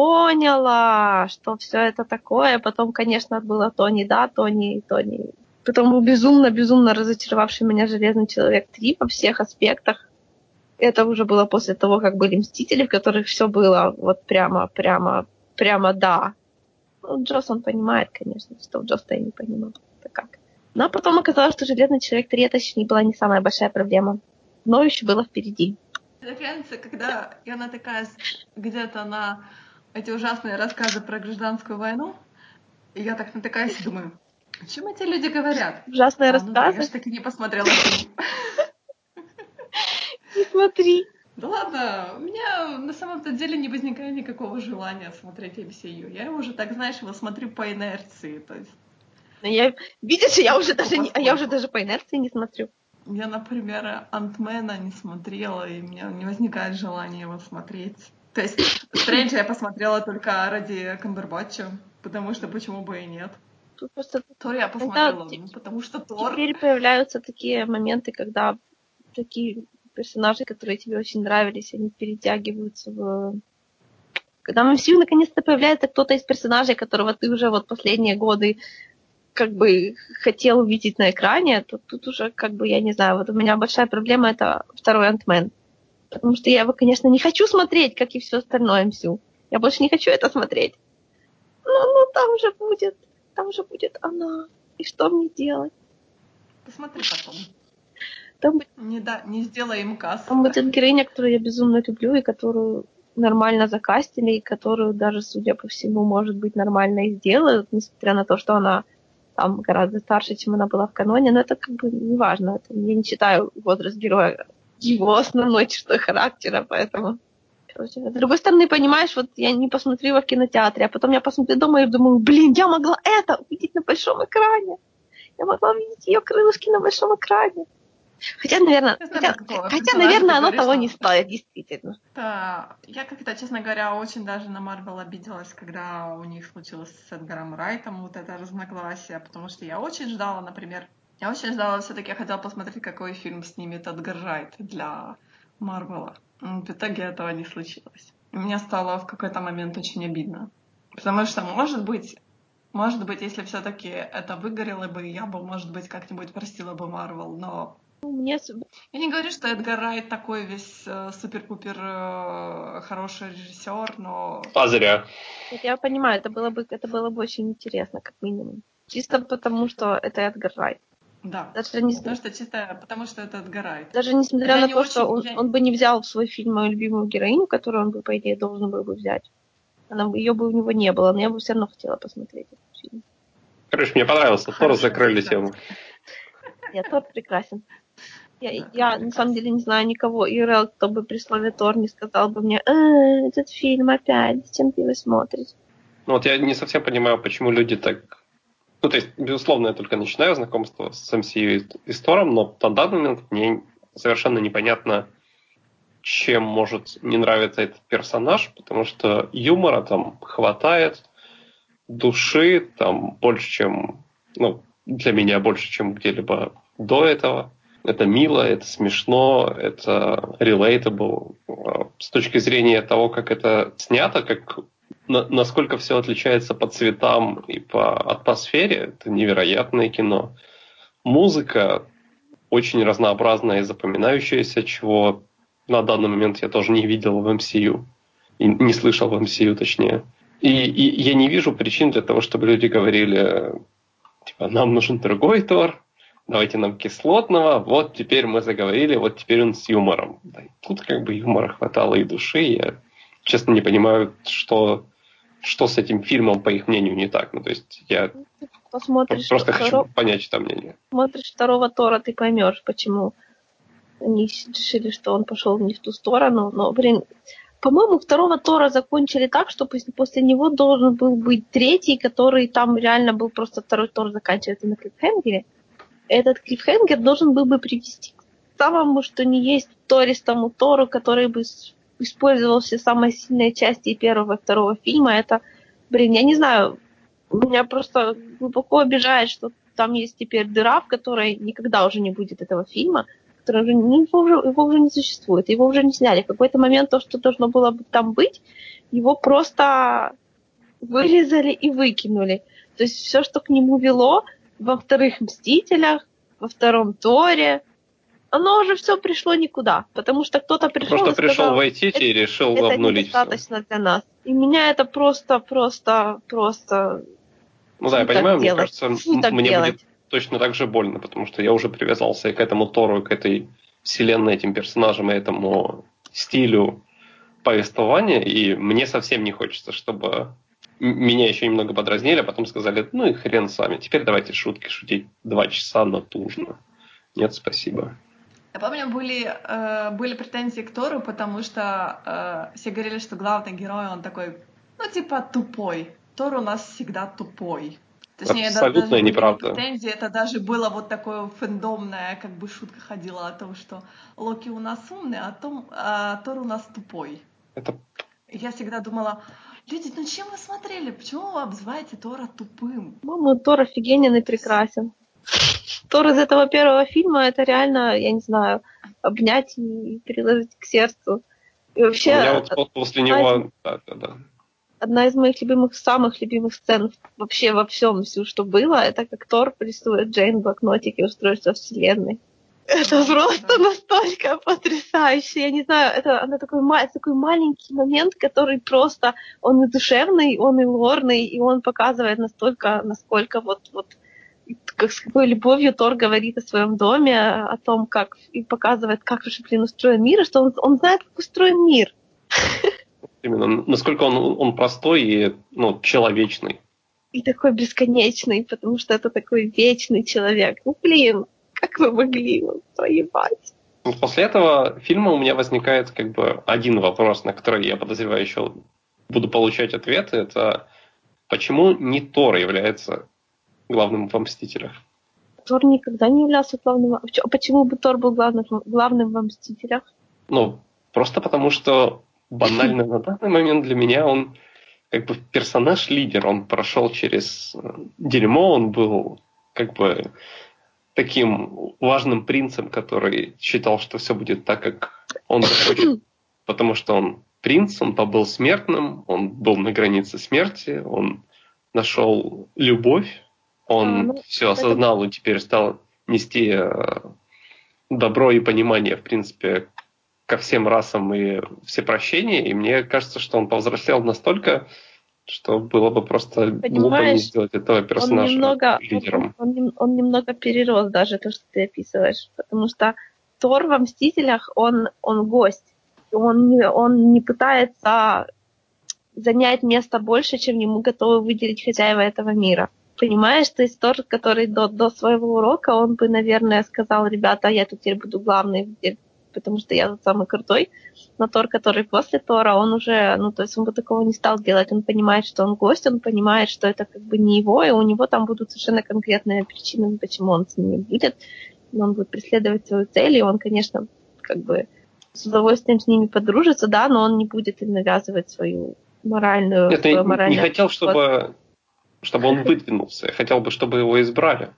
поняла, что все это такое. Потом, конечно, было Тони, да, Тони. Потом был безумно разочаровавший меня «Железный человек 3» во всех аспектах. Это уже было после того, как были «Мстители», в которых все было вот прямо да. Ну, Джосс, он понимает, конечно, что Джосс-то и не понимал. Это как. Но потом оказалось, что «Железный человек 3» это еще не была не самая большая проблема. Но еще было впереди. Разница, когда я натыкаюсь где-то на эти ужасные рассказы про гражданскую войну, и я так натыкаюсь и думаю, о чем эти люди говорят? Ужасные Ну да, я рассказы. же таки не посмотрела фильм. Не смотри. Да ладно, у меня на самом-то деле не возникает никакого желания смотреть MCU. Я его уже, так знаешь, его смотрю по инерции. То есть, Видишь, я уже поскольку. даже по инерции не смотрю. Я, например, Антмена не смотрела, и у меня не возникает желания его смотреть. То есть Стрэнджа я посмотрела только ради Камбербэтча, потому что почему бы и нет. Тут просто Тор я посмотрела, потому что Тор. теперь появляются такие моменты, когда такие персонажи, которые тебе очень нравились, они перетягиваются в... Когда в MCU наконец-то появляется кто-то из персонажей, которого ты уже вот последние годы как бы хотел увидеть на экране, то тут уже как бы, я не знаю, вот у меня большая проблема — это второй Ant-Man. Потому что я его, конечно, не хочу смотреть, как и все остальное MCU. Я больше не хочу это смотреть. Но там же будет она. И что мне делать? Посмотри потом. Там Не сделай им кассу. Там будет героиня, которую я безумно люблю, и которую нормально закастили, и которую даже, судя по всему, может быть, нормально и сделают, несмотря на то, что она там гораздо старше, чем она была в каноне, но это как бы не важно. Это, я не считаю возраст героя его основной чертой характера, поэтому С другой стороны, понимаешь, вот я не посмотрела в кинотеатре, а потом я посмотрела дома и думаю, я могла это увидеть на большом экране. Я могла увидеть ее крылышки на большом экране. Хотя, наверное, оно того не стоит, действительно. Да, я как-то, честно говоря, очень даже на Марвел обиделась, когда у них случилось с Эдгаром Райтом вот это разногласие, потому что я очень ждала, например, все-таки я хотела посмотреть, какой фильм снимет Эдгар Райт для Марвела. В итоге этого не случилось. И мне стало в какой-то момент очень обидно. Потому что, может быть, если все-таки это выгорело бы, я бы, может быть, как-нибудь простила бы Марвел, но я не говорю, что Эдгар Райт такой весь супер-пупер хороший режиссер, но... А зря. Я понимаю, это было бы очень интересно, как минимум. Чисто потому, что это Эдгар Райт. Да, потому что это Эдгар Райт. Даже несмотря на то, что он бы не взял в свой фильм мою любимую героиню, которую он бы, по идее, должен был бы взять. Ее бы у него не было, но я бы все равно хотела посмотреть этот фильм. Короче, мне понравился. Тор закрыли тему. Нет, Тор прекрасен. Я на самом деле не знаю никого, ИРЛ, кто бы при слове Тор не сказал бы мне, этот фильм опять, зачем ты его смотришь? Ну вот я не совсем понимаю, почему люди так... Ну, то есть, безусловно, я только начинаю знакомство с MCU и с Тором, но на данный момент мне совершенно непонятно, чем может не нравиться этот персонаж, потому что юмора там хватает, души там больше, чем... Ну, для меня больше, чем где-либо до этого. Это мило, это смешно, это relatable. С точки зрения того, как это снято, насколько все отличается по цветам и по атмосфере, это невероятное кино. Музыка очень разнообразная и запоминающаяся, чего на данный момент я тоже не видел в MCU. И не слышал в MCU, точнее. И я не вижу причин для того, чтобы люди говорили, типа, нам нужен другой Тор, давайте нам кислотного, вот теперь мы заговорили, вот теперь он с юмором. Да, тут как бы юмора хватало и души. Я, честно, не понимаю, что с этим фильмом, по их мнению, не так. Ну, то есть я просто хочу понять это мнение. Смотришь второго Тора, ты поймешь, почему они решили, что он пошел не в ту сторону. Но, по-моему, второго Тора закончили так, что после него должен был быть третий, который там реально был просто второй Тор заканчивается на клиффхенгере. Этот клиффхенгер должен был бы привести к самому, что не есть тористому Тору, который бы использовал все самые сильные части первого и второго фильма. Это, я не знаю, меня просто глубоко обижает, что там есть теперь дыра, в которой никогда уже не будет этого фильма, который его уже не существует, его уже не сняли. В какой-то момент то, что должно было там быть, его просто вырезали и выкинули. То есть все, что к нему вело во вторых «Мстителях», во втором «Торе», оно уже все пришло никуда, потому что кто-то пришел и сказал, в IT и решил это обнулить недостаточно для нас. И меня это просто... Ну да, я понимаю, мне кажется, мне будет точно так же больно, потому что я уже привязался и к этому Тору, и к этой вселенной, этим персонажам, и этому стилю повествования, и мне совсем не хочется, чтобы меня еще немного подразнили, а потом сказали, ну и хрен с вами, теперь давайте шутки шутить 2 часа натужно. Нет, спасибо. Я помню, были претензии к Тору, потому что все говорили, что главный герой, он такой, ну типа тупой. Тор у нас всегда тупой. Точнее, абсолютно неправда. Претензии, это даже было вот такое фэндомное, как бы шутка ходила о том, что Локи у нас умный, а Тор у нас тупой. Я всегда думала, люди, ну чем вы смотрели? Почему вы обзываете Тора тупым? По-моему, Тор офигенен и прекрасен. Тор из этого первого фильма, это реально, я не знаю, обнять и приложить к сердцу. И вообще, у меня вот после него... Одна из моих самых любимых сцен вообще во всем, что было, это как Тор рисует Джейн блокнотик и устройство вселенной. Это просто настолько потрясающе. Я не знаю, это такой маленький момент, который просто, он и душевный, он и лорный, и он показывает насколько с какой любовью Тор говорит о своем доме, о том, как, и показывает, как же, устроен мир, и что он знает, как устроен мир. Именно, насколько он простой и человечный. И такой бесконечный, потому что это такой вечный человек. Ну, блин, как вы могли его проебать? После этого фильма у меня возникает как бы один вопрос, на который я подозреваю еще буду получать ответы. Это почему не Тор является главным во «Мстителях»? Тор никогда не являлся главным. Почему бы Тор был главным во «Мстителях»? Ну, просто потому что банально на данный момент для меня он как бы персонаж-лидер. Он прошел через дерьмо, он был как бы таким важным принцем, который считал, что все будет так, как он захочет, потому что он принц, он побыл смертным, он был на границе смерти, он нашел любовь, он все осознал и теперь стал нести добро и понимание, в принципе, ко всем расам и всепрощение. И мне кажется, что он повзрослел настолько, что было бы просто глупо не сделать этого персонажа лидером. Он немного перерос даже то, что ты описываешь. Потому что Тор во «Мстителях», он гость. Он не пытается занять место больше, чем ему готовы выделить хозяева этого мира. Понимаешь, то есть Тор, который до своего урока, он бы, наверное, сказал: ребята, я тут теперь буду главный, потому что я тут самый крутой. Но Тор, который после Тора, он уже, то есть он бы такого не стал делать. Он понимает, что он гость, он понимает, что это как бы не его, и у него там будут совершенно конкретные причины, почему он с ними будет. Он будет преследовать свою цель, и он, конечно, как бы с удовольствием с ними подружится, да, но он не будет им навязывать свою моральную... Нет, я не хотел, чтобы он выдвинулся. Я хотел бы, чтобы его избрали.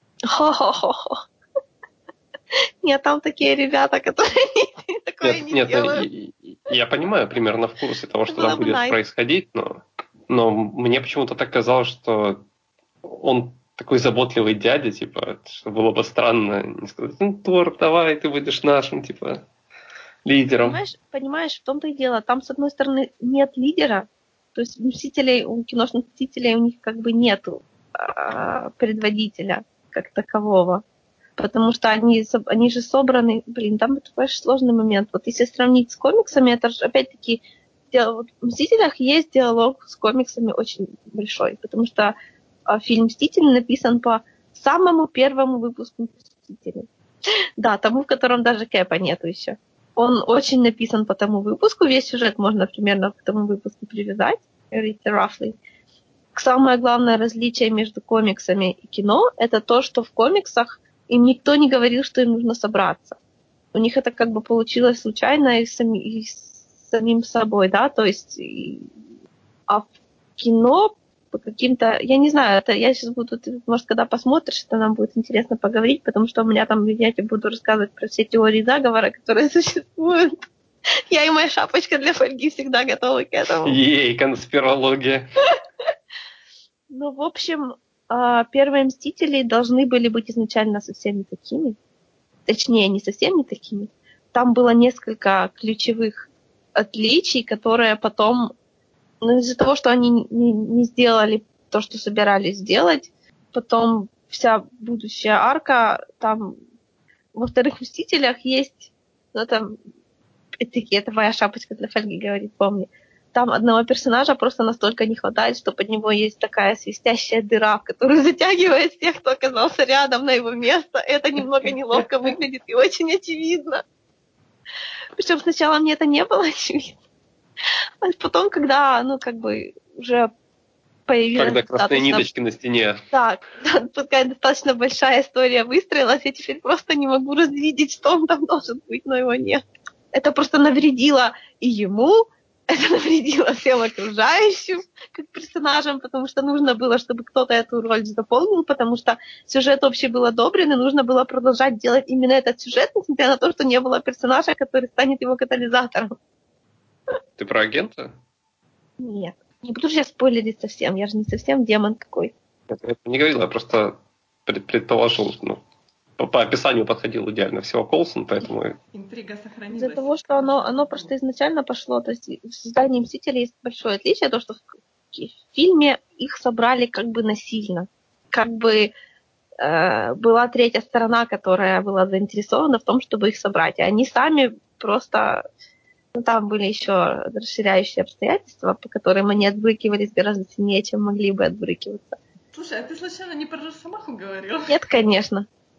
Нет, там такие ребята, которые такое не делают. Я понимаю примерно в курсе того, что там будет происходить, но мне почему-то так казалось, что он такой заботливый дядя, типа, что было бы странно не сказать: Тор, давай, ты будешь нашим, типа, лидером. Понимаешь, в том-то и дело. Там, с одной стороны, нет лидера, то есть у киношных «Мстителей» у них как бы нету предводителя как такового. Потому что они же собраны... там такой сложный момент. Вот если сравнить с комиксами, это же опять-таки... в «Мстителях» есть диалог с комиксами очень большой, потому что фильм «Мстители» написан по самому первому выпуску «Мстителей». Да, тому, в котором даже Кэпа нету еще. Он очень написан по тому выпуску, весь сюжет можно примерно к тому выпуску привязать, roughly. Самое главное различие между комиксами и кино – это то, что в комиксах им никто не говорил, что им нужно собраться. У них это как бы получилось случайно и с самим собой, да, то есть... А в кино по каким-то... Я не знаю, это я сейчас буду... Ты, может, когда посмотришь, это нам будет интересно поговорить, потому что у меня там... Я тебе буду рассказывать про все теории заговора, которые существуют. Я и моя шапочка для фольги всегда готовы к этому. Ей, конспирология. Ну, в общем, первые «Мстители» должны были быть изначально совсем не такими. Точнее, не совсем не такими. Там было несколько ключевых отличий, которые потом... из-за того, что они не сделали то, что собирались сделать, потом вся будущая арка, там во вторых «Мстителях» есть... там, это моя шапочка для фольги говорит, помни. Там одного персонажа просто настолько не хватает, что под него есть такая свистящая дыра, в которую затягивает всех, кто оказался рядом на его место. Это немного неловко выглядит и очень очевидно. Причем сначала мне это не было очевидно. А потом, когда, уже появилась... Когда красные ниточки на стене. Да, такая достаточно большая история выстроилась, я теперь просто не могу разглядеть, что он там должен быть, но его нет. Это просто навредило и ему, это навредило всем окружающим, как персонажам, потому что нужно было, чтобы кто-то эту роль заполнил, потому что сюжет общий был одобрен, и нужно было продолжать делать именно этот сюжет, несмотря на то, что не было персонажа, который станет его катализатором. Ты про агента? Нет. Не буду же я спойлерить совсем, я же не совсем демон какой. Я не говорил, я просто предположил, по описанию подходил идеально всего Коулсон, поэтому... Интрига сохранилась. Из-за того, что оно просто изначально пошло, то есть в создании «Мстителей» есть большое отличие, то, что в фильме их собрали как бы насильно. Как бы была третья сторона, которая была заинтересована в том, чтобы их собрать. И они сами просто... там были еще расширяющие обстоятельства, по которым они отбрыкивались гораздо сильнее, чем могли бы отбрыкиваться. Слушай, а ты случайно не про Росомаху говорил? Нет, конечно.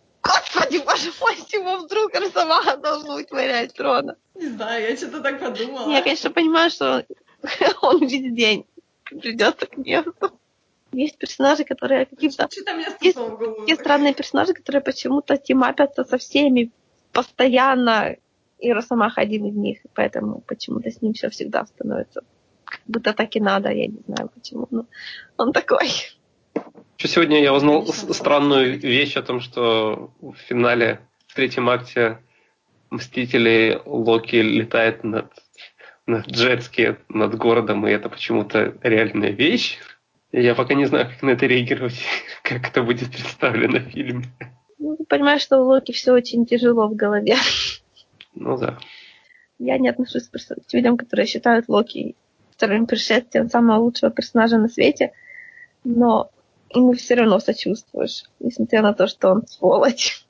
Господи, боже мой, с чего вдруг Росомаха должен вытворять трона? Не знаю, я что-то так подумала. Я, конечно, понимаю, что он везде придется к месту. Есть персонажи, которые какие-то... Что-то мне Есть стукнуло в голову. такие странные персонажи, которые почему-то тимапятся со всеми постоянно, и Росомаха один из них, и поэтому почему-то с ним все всегда становится как будто так и надо, я не знаю почему, но он такой. Еще сегодня я узнал Конечно, странную вещь о том, что в финале, в третьем акте Мстители Локи летает над джетски над городом, и это почему-то реальная вещь. И я пока не знаю, как на это реагировать, как это будет представлено в фильме. Ну, ты понимаешь, что у Локи все очень тяжело в голове. Ну да. Я не отношусь к людям, которые считают Локи вторым пришествием самого лучшего персонажа на свете, но ему все равно сочувствуешь, несмотря на то, что он сволочь.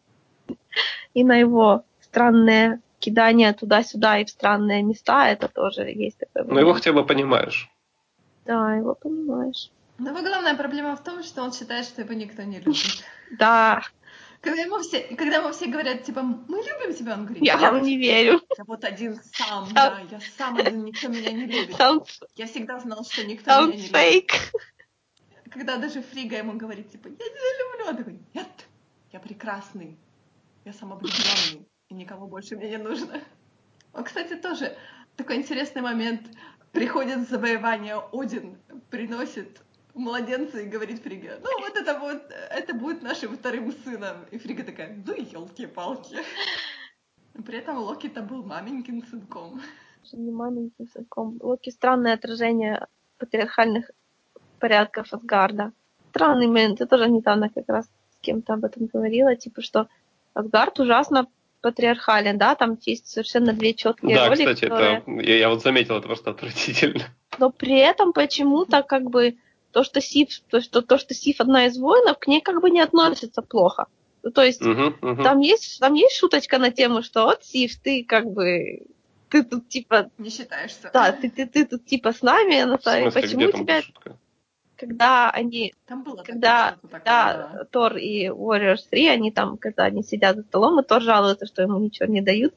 И на его странное кидание туда-сюда и в странные места, это тоже есть такое. Но его хотя бы понимаешь. Да, его понимаешь. Но его главная проблема в том, что он считает, что его никто не любит. Да. Когда ему все говорят, типа, мы любим тебя, он говорит, Я нет, вам не верю. я вот один сам, да, я сам один, никто меня не любит. Я всегда знал, что никто меня не любит. Когда даже Фрига ему говорит, типа, я тебя люблю, он такой, нет, я прекрасный, я самовлюбленный, и никого больше мне не нужно. Он, кстати, тоже такой интересный момент. Приходит завоевание, Один приносит младенца и говорит Фриге, ну вот это будет нашим вторым сыном. И Фрига такая, ну елки-палки. При этом Локи-то был маменькин сынком. Не маменьким сынком. Локи странное отражение патриархальных порядков Асгарда. Странный момент. Я тоже недавно как раз с кем-то об этом говорила, типа, что Асгард ужасно патриархален, да, там есть совершенно две четкие да, роли, кстати, которые... это я вот заметил, это просто отвратительно. Но при этом почему-то как бы то, что Сиф одна из воинов, к ней как бы не относится плохо. Ну, то есть там есть шуточка на тему, что вот Сиф, ты как бы ты тут типа... Не считаешься. Да, ты тут типа с нами, она В смысле, почему где там тебя... шутка? Когда они... Там было Когда что-то такое, да. Тор и Warriors 3, они там, когда они сидят за столом, и Тор жалуется, что ему ничего не дают.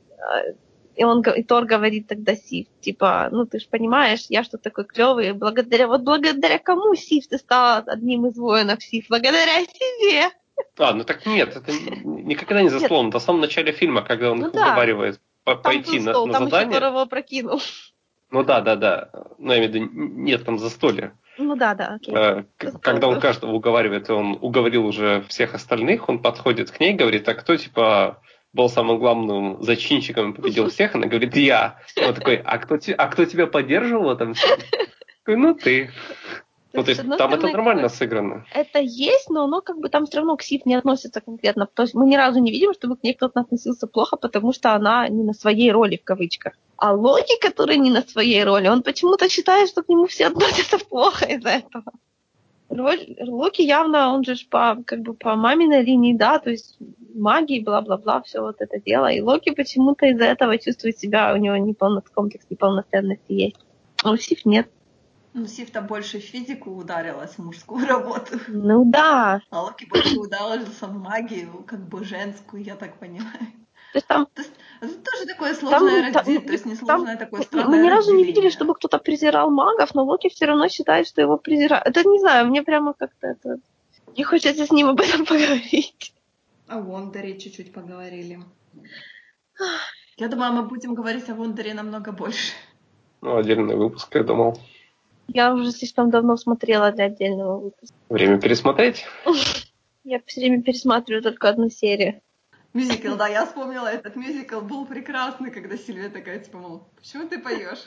И Тор говорит тогда Сиф, типа, ну ты ж понимаешь, я что такой клёвый, благодаря кому Сиф ты стала одним из воинов Сиф? Благодаря себе. Ну так нет, это никогда не заслон. В самом начале фильма, когда он их уговаривает пойти на задание. Там еще Тор его опрокинул. Ну да. Ну, я имею в виду, нет там застолья. Ну да, окей. Когда он каждого уговаривает, и он уговорил уже всех остальных, он подходит к ней, говорит, а кто, типа, был самым главным зачинщиком и победил всех? Она говорит, я. Он такой, а кто тебя поддерживал в этом всем? Такой, ну ты. Ну, то есть там это нормально сыграно. Это есть, но оно как бы там все равно к Сиф не относится конкретно. То есть мы ни разу не видим, чтобы к ней кто-то относился плохо, потому что она не на своей роли, в кавычках. А Локи, который не на своей роли, он почему-то считает, что к нему все относятся плохо из-за этого. Локи явно, он же по маминой линии, да, то есть магии, бла-бла-бла, все вот это дело. И Локи почему-то из-за этого чувствует себя, у него комплекс неполноценности есть. А у Сиф нет. Ну, Сиф-то больше в физику ударилась, в мужскую работу. Ну да. А Локи больше ударился в магию, как бы женскую, я так понимаю. То есть это тоже такое сложное разделение, то есть несложное такое странное мы ни разу разделение. не видели, чтобы кто-то презирал магов, но Локи все равно считает, что его презирают. Это не знаю, мне прямо как-то это... Не хочется с ним об этом поговорить. О Вондере чуть-чуть поговорили. Я думаю, мы будем говорить о Вондере намного больше. Ну, отдельный выпуск, я думал. Я уже слишком давно смотрела для отдельного выпуска. Время пересмотреть? Я все время пересматриваю только одну серию. Мюзикл, да, я вспомнила, этот мюзикл был прекрасный, когда Сильвия такая, типа, мол, почему ты поешь?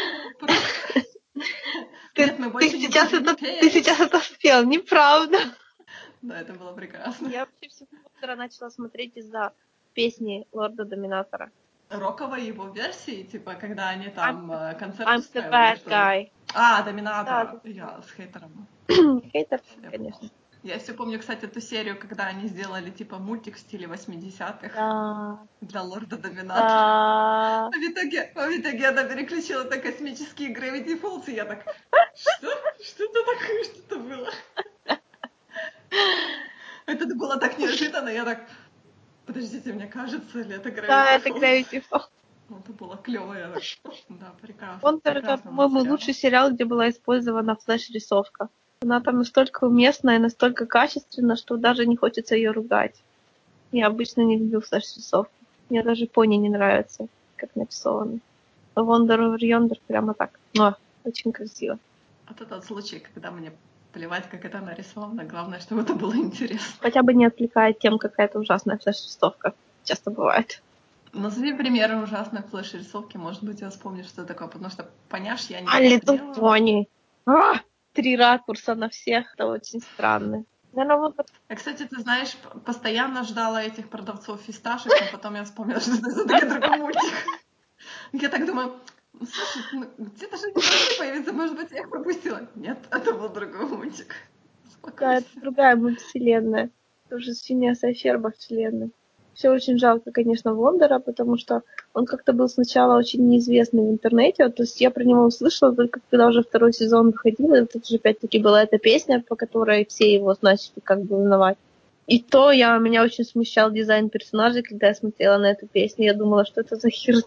Нет, мы больше не будем петь. Ты сейчас это спел, неправда. Да, это было прекрасно. Я вообще всего Поттера начала смотреть из-за песни Лорда Доминатора. Роковой его версии, типа, когда они там концерт I'm the bad guy. Доминатора. Я с хейтером. Хейтер, конечно. Я все помню, кстати, эту серию, когда они сделали, типа, мультик в стиле 80-х. Да. Для Лорда Доминатора. Да. А в итоге она переключила на космические Gravity Falls, и я так, что? Что-то такое, что-то было. Это было так неожиданно, я так... Подождите, мне кажется, или это Gravity Да, это Falls? Gravity Falls. Это было клево, я так... Да, прекрасно. Он, это, по-моему, лучший сериал, где была использована флеш-рисовка. Она там настолько уместная и настолько качественна, что даже не хочется ее ругать. Я обычно не люблю флеш-рисовку. Мне даже пони не нравится, как нарисованы. А Wonder Over Yonder прямо так. Очень красиво. Это тот случай, когда мне плевать, как это нарисовано. Главное, чтобы это было интересно. Хотя бы не отвлекает тем, какая-то ужасная флеш-рисовка. Часто бывает. Назови примеры ужасной флеш-рисовки. Может быть, я вспомню, что такое. Потому что, поняшь, я не Little смотрела. Pony. 3 ракурса на всех. Это очень странно. Я, кстати, ты знаешь, постоянно ждала этих продавцов фисташек, но потом я вспомнила, что это все-таки другой мультик. Я так думаю, слушай, где-то же не должны появиться, может быть, я их пропустила. Нет, это был другой мультик. Да, это другая мультвселенная. Тоже Финеаса и Ферба вселенная. Все очень жалко, конечно, Вондера, потому что он как-то был сначала очень неизвестный в интернете. То есть я про него услышала только когда уже 2 сезон выходил, и тут же опять-таки была эта песня, по которой все его начали как бы узнавать. И то меня очень смущал дизайн персонажей, когда я смотрела на эту песню. Я думала, что это за херня.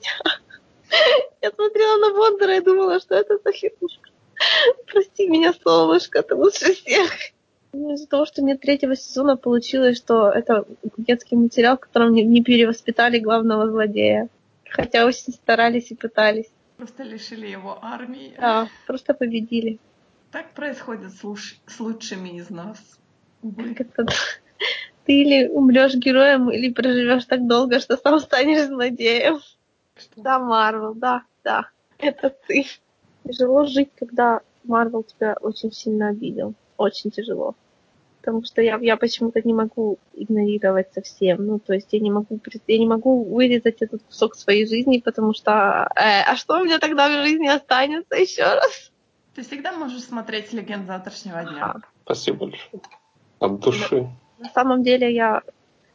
Я смотрела на Вондера и думала, что это за херня. Прости меня, солнышко, ты лучше всех. Из-за того, что нет 3 сезона, получилось, что это детский материал, в котором не перевоспитали главного злодея. Хотя очень старались и пытались. Просто лишили его армии. Да, просто победили. Так происходит с лучшими из нас. Увы. Ты или умрешь героем, или проживешь так долго, что сам станешь злодеем. Что? Да, Марвел, да, это ты. Тяжело жить, когда Марвел тебя очень сильно обидел. Очень тяжело. Потому что я почему-то не могу игнорировать совсем. Ну, то есть я не могу вырезать этот кусок своей жизни, потому что а что у меня тогда в жизни останется еще раз? Ты всегда можешь смотреть «Легенд завтрашнего дня». Спасибо большое. От души. На самом деле я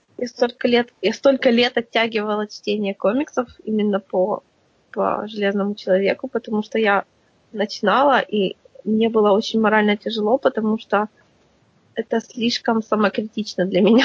столько лет оттягивала чтение комиксов именно по Железному человеку, потому что я начинала, и мне было очень морально тяжело, потому что это слишком самокритично для меня.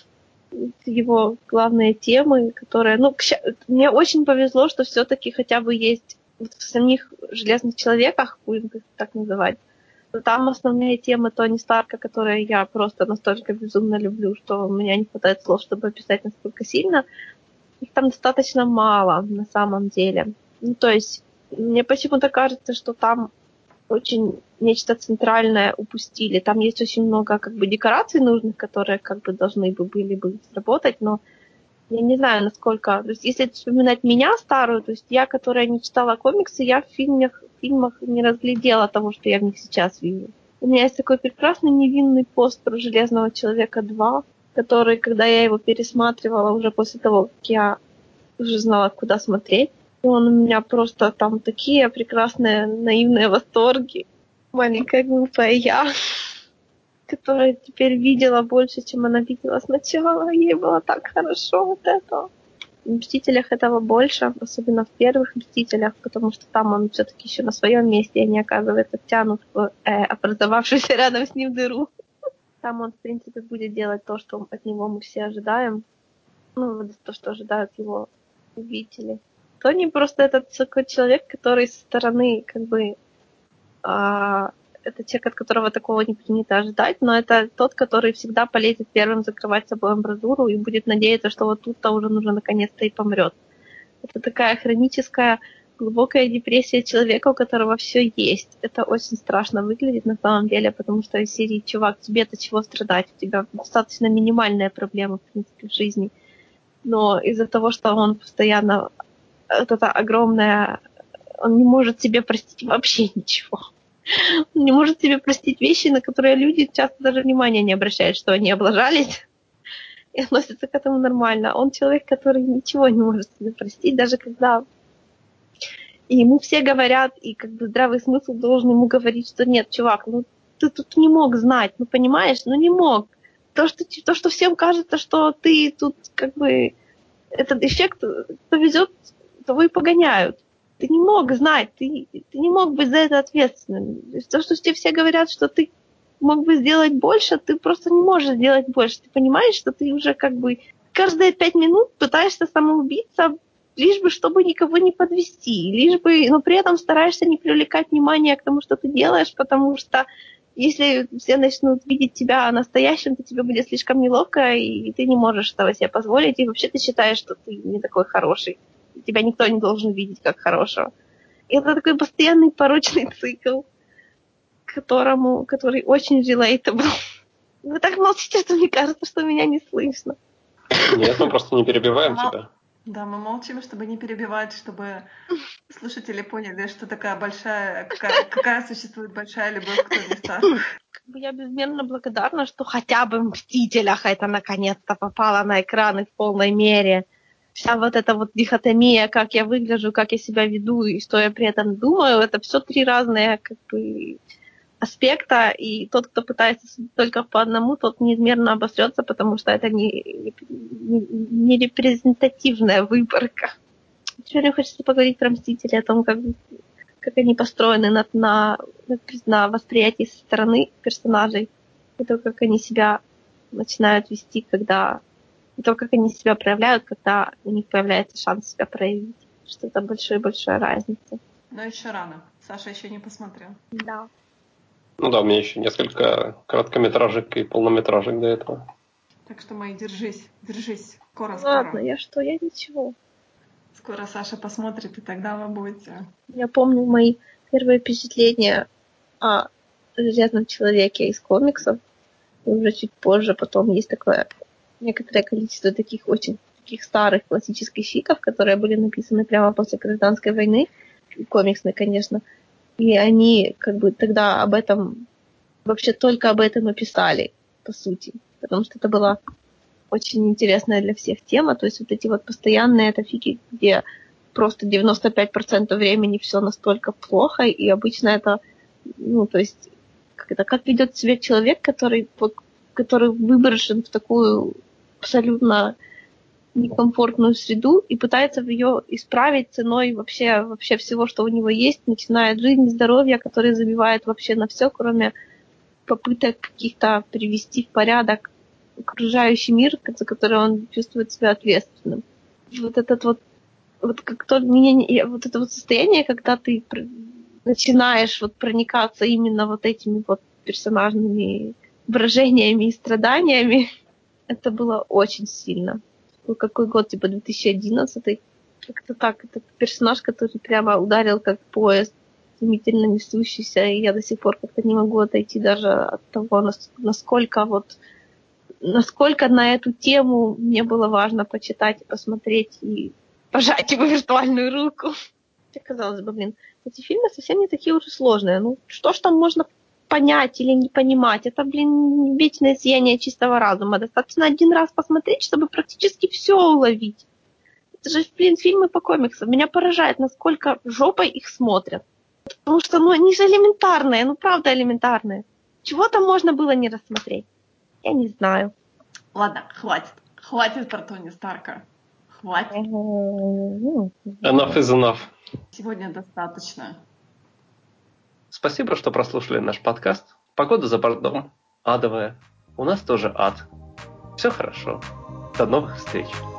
Его главные темы, которые... мне очень повезло, что все-таки хотя бы есть в самих «Железных человеках», будем их так называть, но там основные темы Тони Старка, которые я просто настолько безумно люблю, что у меня не хватает слов, чтобы описать, насколько сильно. Их там достаточно мало на самом деле. Ну, то есть мне почему-то кажется, что там очень нечто центральное упустили. Там есть очень много как бы декораций нужных, которые как бы должны были бы сработать, но я не знаю, насколько... То есть если вспоминать меня старую, то есть я, которая не читала комиксы, я в фильмах не разглядела того, что я в них сейчас вижу. У меня есть такой прекрасный невинный постер «Железного человека 2», который, когда я его пересматривала уже после того, как я уже знала, куда смотреть, он у меня просто там такие прекрасные наивные восторги. Маленькая глупая я, которая теперь видела больше, чем она видела сначала. Ей было так хорошо от этого. В «Мстителях» этого больше, особенно в первых «Мстителях», потому что там он все-таки еще на своем месте, и они, оказывается, тянут в образовавшуюся рядом с ним дыру. Там он, в принципе, будет делать то, что от него мы все ожидаем. Ну, то, что ожидают его увидели. Тони просто этот такой человек, который со стороны как бы это человек, от которого такого не принято ожидать, но это тот, который всегда полезет первым закрывать собой амбразуру и будет надеяться, что вот тут-то уже нужно наконец-то и помрет. Это такая хроническая глубокая депрессия человека, у которого все есть. Это очень страшно выглядит на самом деле, потому что из серии «Чувак, тебе-то чего страдать? У тебя достаточно минимальная проблема, в принципе, в жизни». Но из-за того, что он постоянно... Вот это огромное... Он не может себе простить вообще ничего. Он не может себе простить вещи, на которые люди часто даже внимания не обращают, что они облажались и относятся к этому нормально. Он человек, который ничего не может себе простить, даже когда и ему все говорят, и как бы здравый смысл должен ему говорить, что нет, чувак, ну ты тут не мог знать, ну понимаешь, ну не мог. То, что всем кажется, что ты тут как бы этот эффект повезет, того и погоняют. Ты не мог знать, ты не мог быть за это ответственным. То, что тебе все говорят, что ты мог бы сделать больше, ты просто не можешь сделать больше. Ты понимаешь, что ты уже как бы каждые 5 минут пытаешься самоубиться, лишь бы чтобы никого не подвести, лишь бы, но при этом стараешься не привлекать внимание к тому, что ты делаешь, потому что если все начнут видеть тебя настоящим, то тебе будет слишком неловко, и ты не можешь этого себе позволить, и вообще ты считаешь, что ты не такой хороший. Тебя никто не должен видеть как хорошего. И это такой постоянный порочный цикл, который очень relatable. Вы так молчите, что мне кажется, что меня не слышно. Нет, мы просто не перебиваем тебя. Да, мы молчим, чтобы не перебивать, чтобы слушатели поняли, что такая большая, какая существует большая любовь к Тони Старку. Я безмерно благодарна, что хотя бы в «Мстителях» это наконец-то попало на экраны в полной мере. Вся вот эта вот дихотомия, как я выгляжу, как я себя веду и что я при этом думаю, это все 3 разные как бы аспекта, и тот, кто пытается судить только по одному, тот неизмерно обосрется, потому что это не репрезентативная выборка. Сегодня хочется поговорить про «Мстители», о том, как они построены на восприятии со стороны персонажей, и то, как они себя начинают вести, и то, как они себя проявляют, когда у них появляется шанс себя проявить. Что это большая разница. Но еще рано. Саша еще не посмотрел. Да. Ну да, у меня еще несколько короткометражек и полнометражек до этого. Так что, Мэй, держись. Скоро. Ладно, я ничего. Скоро Саша посмотрит, и тогда вы будете... Я помню мои первые впечатления о Железном Человеке из комиксов. И уже чуть позже потом есть такое некоторое количество таких старых классических фиков, которые были написаны прямо после Гражданской войны, комиксные, конечно. И они как бы тогда вообще только об этом и писали, по сути. Потому что это была очень интересная для всех тема. То есть вот эти вот постоянные это фики, где просто 95% времени все настолько плохо, и обычно это, то есть, как ведет себя человек, который выброшен в такую абсолютно некомфортную среду и пытается ее исправить ценой вообще всего, что у него есть, начиная от жизни, здоровья, который забивает вообще на все, кроме попыток каких-то привести в порядок окружающий мир, за который он чувствует себя ответственным. Вот этот вот это вот состояние, когда ты начинаешь вот проникаться именно вот этими вот персонажными выражениями и страданиями, это было очень сильно. Какой год, типа 2011, как-то так. Это персонаж, который прямо ударил как поезд, стремительно несущийся, и я до сих пор как-то не могу отойти даже от того, насколько на эту тему мне было важно почитать и посмотреть, и пожать его виртуальную руку. Казалось бы, эти фильмы совсем не такие уж и сложные. Ну, что ж там можно понять или не понимать? Это, вечное сияние чистого разума. Достаточно 1 раз посмотреть, чтобы практически все уловить. Это же, фильмы по комиксам. Меня поражает, насколько жопой их смотрят. Потому что, они же элементарные, правда элементарные. Чего там можно было не рассмотреть? Я не знаю. Ладно, хватит. Хватит про Тони Старка. Хватит. Enough is enough. Сегодня достаточно. Спасибо, что прослушали наш подкаст. Погода за бортом адовая. У нас тоже ад. Все хорошо. До новых встреч.